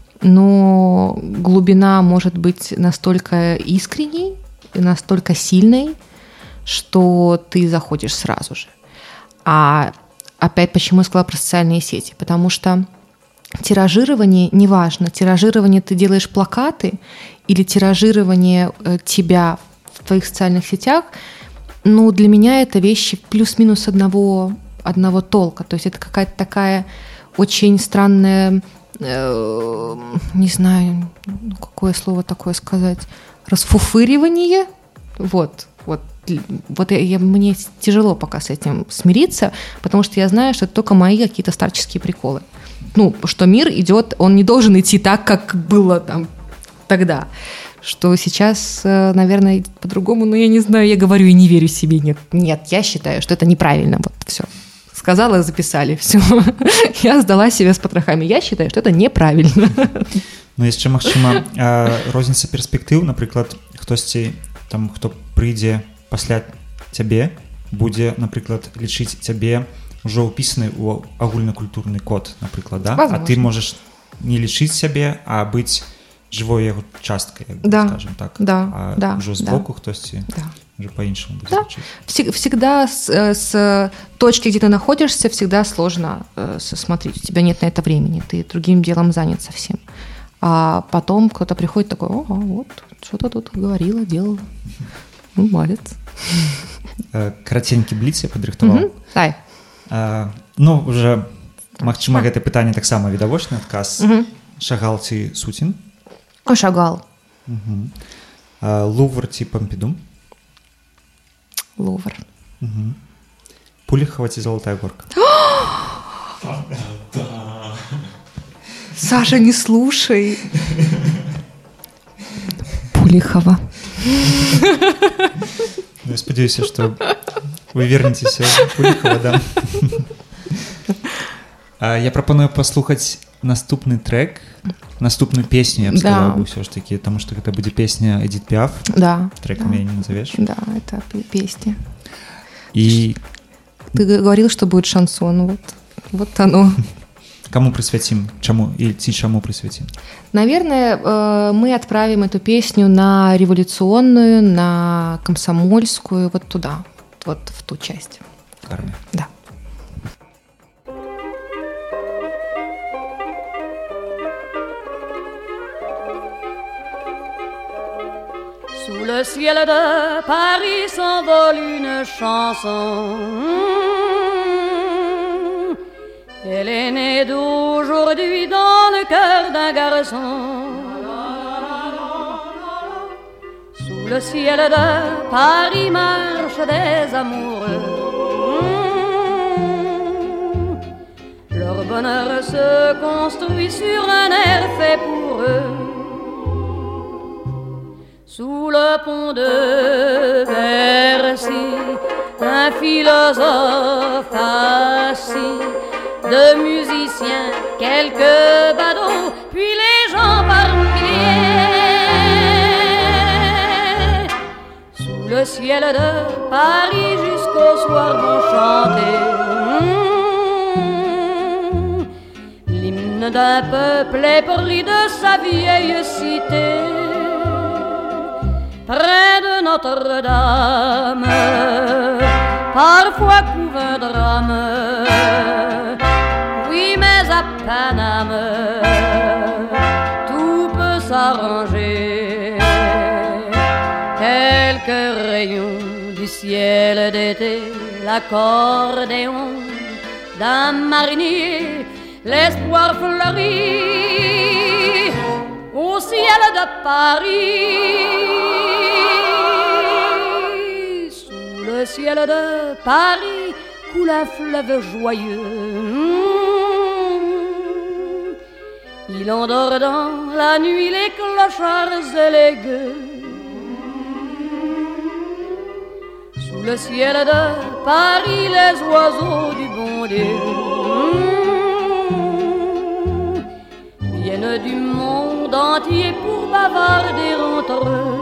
[SPEAKER 5] но глубина может быть настолько искренней и настолько сильной, что ты заходишь сразу же. А опять почему я сказала про социальные сети? Потому что тиражирование неважно. Тиражирование ты делаешь плакаты или тиражирование тебя в твоих социальных сетях, ну, для меня это вещи плюс-минус одного толка. То есть это какая-то такая очень странная, не знаю, какое слово такое сказать, расфуфыривание. Вот мне тяжело пока с этим смириться, потому что я знаю, что это только мои какие-то старческие приколы. Ну, что мир идет, он не должен идти так, как было там тогда. Что сейчас, наверное, идет по-другому, но я не знаю, я говорю и не верю себе. Нет, я считаю, что это неправильно. Вот все. Сказала, записали, все. Я сдала себя с потрохами. Я считаю, что это неправильно.
[SPEAKER 3] Ну, яшчэ, магчыма, розніца перспектыў, напрыклад, хтосьці там, хто прыйдзе пасля цябе, будзе, напрыклад, лічыць цябе ўжо ўпісаны ў агульнакультурны код, напрыклад, да?
[SPEAKER 5] Возможно.
[SPEAKER 3] А ты можаш не лічыць сябе, а быць жывой яго часткай, скажем так.
[SPEAKER 5] Да,
[SPEAKER 3] ўжо збоку хтосьці уже по-іншаму будзе лічыць.
[SPEAKER 5] Всегда с точки, где ты находишься, всегда сложно смотреть. У тебя нет на это времени, ты другим делом занят совсем. А потом кто-то приходит такой: о, вот, что-то тут говорила, делала. Ну, молодец.
[SPEAKER 3] Караценькі бліц я падрыхтаваў.
[SPEAKER 5] Дай.
[SPEAKER 3] Ну, уже, магчыма, гэта пытанне таксама відавочны адказ. Шагал ці Суцін?
[SPEAKER 5] Шагал.
[SPEAKER 3] Лувр ці Помпиду?
[SPEAKER 5] Лувр.
[SPEAKER 3] Пулихова ці Золотая горка?
[SPEAKER 5] Саша, не слушай. Пулихова.
[SPEAKER 3] Ну, я спадзяюся, што вы вернецеся Пулихова, да. Я прапаную паслухаць наступны трек, наступную песню, я б сказал бы все ж таки, потому что это будет песня Эдит Пиаф.
[SPEAKER 5] Да.
[SPEAKER 3] Трек меня не назовешь.
[SPEAKER 5] Да, это песня.
[SPEAKER 3] И
[SPEAKER 5] ты говорил, что будет шансон, вот оно.
[SPEAKER 3] Кому присвятим? Чему и чему присвятим?
[SPEAKER 5] Наверное, мы отправим эту песню на революционную, на комсомольскую, вот туда, вот в ту часть.
[SPEAKER 3] Карме.
[SPEAKER 5] Да.
[SPEAKER 9] Sous le ciel de Paris s'envole une chanson. Elle est née d'aujourd'hui dans le cœur d'un garçon. Sous le ciel de Paris marchent des amoureux. Leur bonheur se construit sur un air fait pour eux. Sous le pont de Bercy, un philosophe assis, de musiciens, quelques badauds, puis les gens par milliers. Sous le ciel de Paris jusqu'au soir vont chanter l'hymne d'un peuple épris de sa vieille cité. Près de Notre-Dame, parfois couve un drame. Oui, mais à Paname, tout peut s'arranger. Quelques rayons du ciel d'été, l'accordéon d'un marinier, l'espoir fleurit au ciel de Paris. Le ciel de Paris coule un fleuve joyeux. Il endort dans la nuit les clochards et les gueux. Sous le ciel de Paris, les oiseaux du bon Dieu viennent du monde entier pour bavarder entre eux.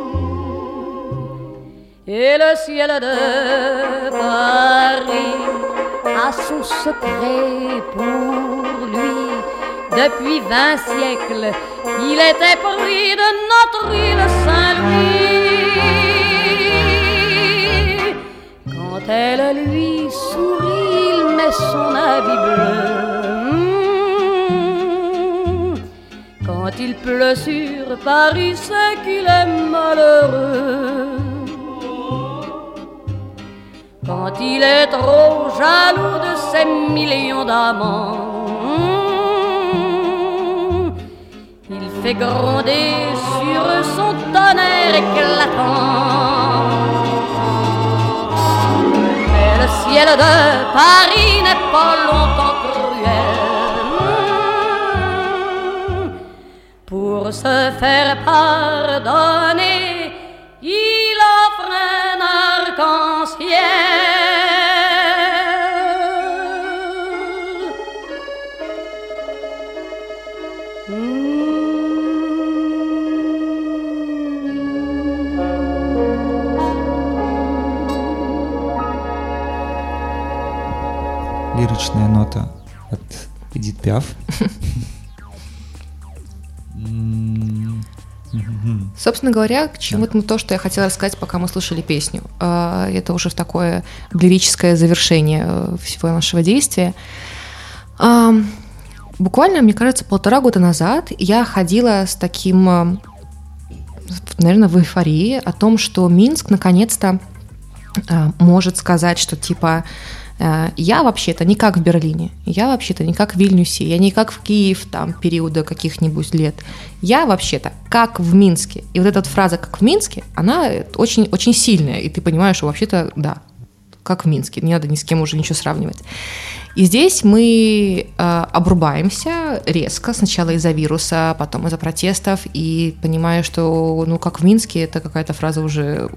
[SPEAKER 9] Et le ciel de Paris a son secret pour lui. Depuis 20 siècles, il était pris de notre île Saint-Louis. Quand elle lui sourit, il met son habit bleu. Quand il pleut sur Paris, c'est qu'il est malheureux. Quand il est trop jaloux de ses millions d'amants, il fait gronder sur son tonnerre éclatant. Mais le ciel de Paris n'est pas longtemps cruel. Pour se faire pardonner, il offre un arc-en-ciel.
[SPEAKER 3] Лиричная нота от Эдит Пиаф.
[SPEAKER 5] Собственно говоря, вот то, что я хотела рассказать, пока мы слушали песню. Это уже такое лирическое завершение всего нашего действия. Буквально, мне кажется, 1,5 года назад я ходила с таким, наверное, в эйфории о том, что Минск наконец-то может сказать, что типа я вообще-то не как в Берлине, я вообще-то не как в Вильнюсе, я не как в Киев там периода каких-нибудь лет, я вообще-то как в Минске. И вот эта фраза «как в Минске», она очень, очень сильная, и ты понимаешь, что вообще-то, да, как в Минске, не надо ни с кем уже ничего сравнивать. И здесь мы обрубаемся резко, сначала из-за вируса, потом из-за протестов, и понимаю, что, ну, как в Минске, это какая-то фраза уже...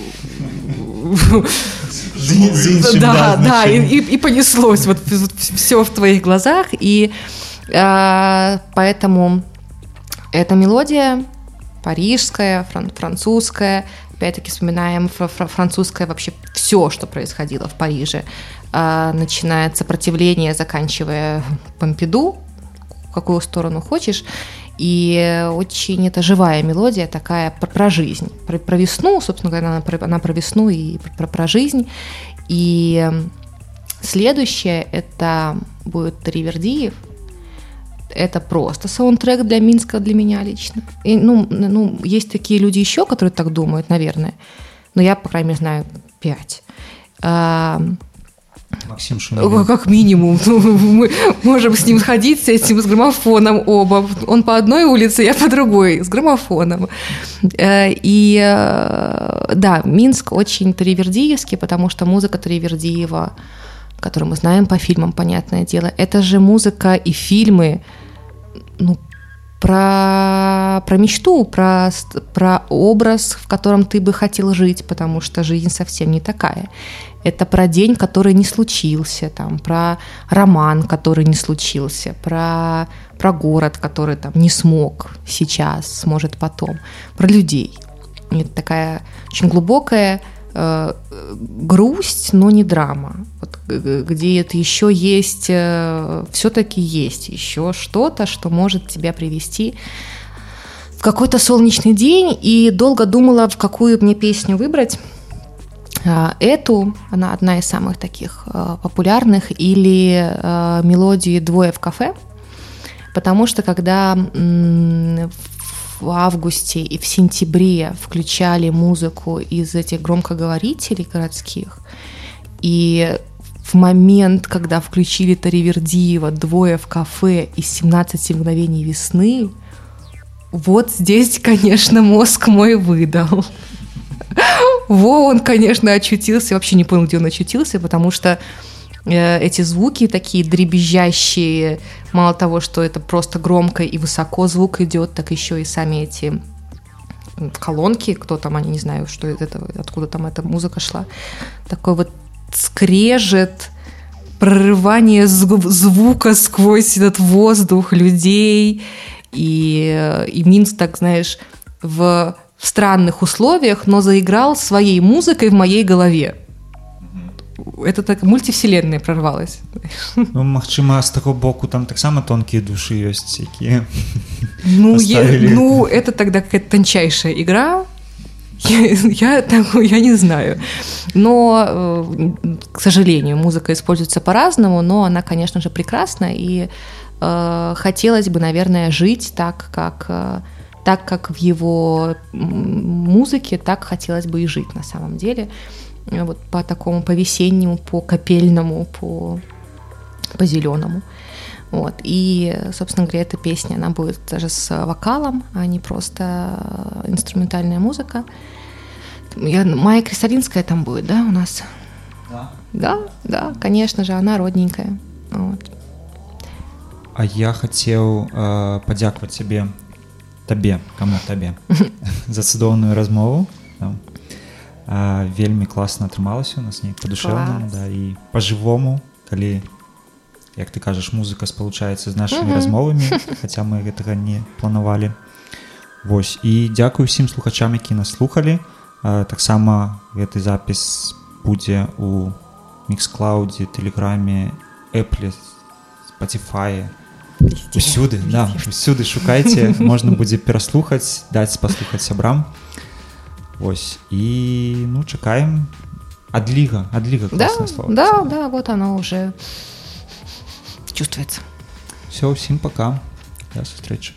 [SPEAKER 5] Да, и понеслось вот все в твоих глазах, и поэтому эта мелодия парижская, французская, опять-таки вспоминаем французское вообще все, что происходило в Париже, начиная от сопротивления, заканчивая Помпиду, в какую сторону хочешь. И очень это живая мелодия такая про жизнь, про весну, собственно говоря, она про весну и про жизнь. И следующее это будет Таривердиев. Это просто саундтрек для Минска, для меня лично. И, ну, есть такие люди еще, которые так думают, наверное. Но я, по крайней мере, знаю 5.
[SPEAKER 3] Максим Шумилин.
[SPEAKER 5] Как минимум. Мы можем с ним сходить, с этим, с граммофоном оба. Он по одной улице, я по другой, с граммофоном. И да, Минск очень таривердиевский, потому что музыка Таривердиева, которую мы знаем по фильмам, понятное дело, это же музыка и фильмы, ну, про мечту, про образ, в котором ты бы хотел жить, потому что жизнь совсем не такая. Это про день, который не случился, там, про роман, который не случился, про город, который там не смог сейчас, сможет потом, про людей. Это такая очень глубокая грусть, но не драма. Вот, где это еще есть, все-таки есть еще что-то, что может тебя привести в какой-то солнечный день. И долго думала, в какую мне песню выбрать. Эту, она одна из самых таких популярных, или мелодии «Двое в кафе», потому что когда в августе и в сентябре включали музыку из этих громкоговорителей городских, и в момент, когда включили Таривердиева «Двое в кафе» из «17 мгновений весны», вот здесь, конечно, мозг мой выдал. Он, конечно, очутился, вообще не понял, где он очутился, потому что эти звуки такие дребезжащие, мало того, что это просто громко и высоко звук идет, так еще и сами эти колонки, кто там, они не знаю, что это, откуда там эта музыка шла, такой вот скрежет, прорывание звука сквозь этот воздух людей, и Минск, так знаешь, в странных условиях, но заиграл своей музыкой в моей голове. Это так мультивселенная прорвалась.
[SPEAKER 3] Ну, магчыма, з таго боку там таксама тонкія душы ёсць, якія
[SPEAKER 5] ну, это тогда какая-то тончайшая игра. Я не знаю. Но, к сожалению, музыка используется по-разному, но она, конечно же, прекрасна, и хотелось бы, наверное, жить так, как в его музыке, так хотелось бы и жить на самом деле. Вот по такому, по весеннему, по капельному, по зеленому. Вот. И, собственно говоря, эта песня, она будет даже с вокалом, а не просто инструментальная музыка. Майя Кристалинская там будет, да, у нас? Да, конечно же, она родненькая. Вот.
[SPEAKER 3] А я хацеў падзякаваць табе за цудоўную размову. Вельмі класна атрымалася у нас, неяк па-душэўнаму, да, і па-жывому, калі, як ты кажаш, музыка спалучаецца з нашымі размовамі, хаця мы гэтага не планавалі. Вось, і дзякую ўсім слухачам, які нас слухалі. Таксама гэты запіс будзе у Mixcloud, Телеграме, Apple, Spotify, усюды шукайце, можна будзе пераслухаць, даць паслухаць сябрам. Вось, і, ну, чакаем. Адліга, классное слово.
[SPEAKER 5] Да, вот оно уже чувствуется.
[SPEAKER 3] Все, всем пока. До встречи.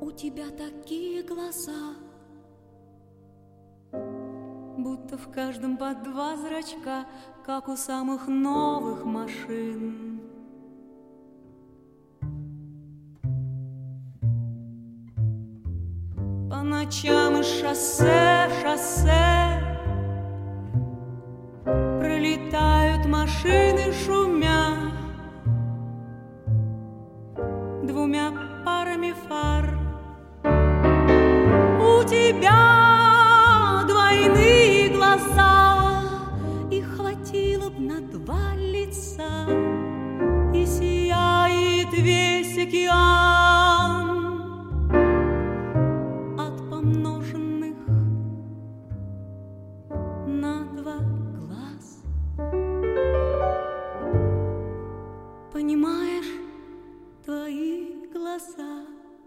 [SPEAKER 8] У тебя такие глаза, будто в каждом по 2 зрачка, как у самых новых машин. По ночам из шоссе в шоссе пролетают машины, шумя 2 парами фар. У тебя двойные глаза, их хватило б на 2 лица, и сияет весь океан от помноженных на 2 глаз. Понимаешь, твои глаза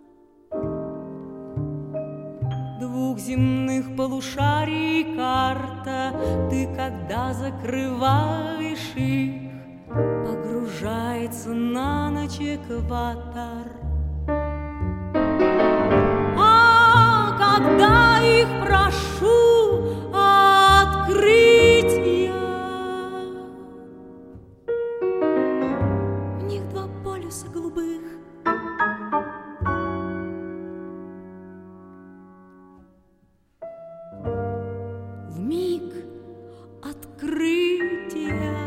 [SPEAKER 8] 2 земных полушарий карта. Ты, когда закрываешь их, погружается на ночь экватор. А когда их прошу открыть я, в них 2 полюса голубых. В миг открытия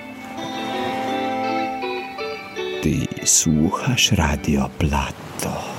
[SPEAKER 10] Ty słuchasz Radio Plato.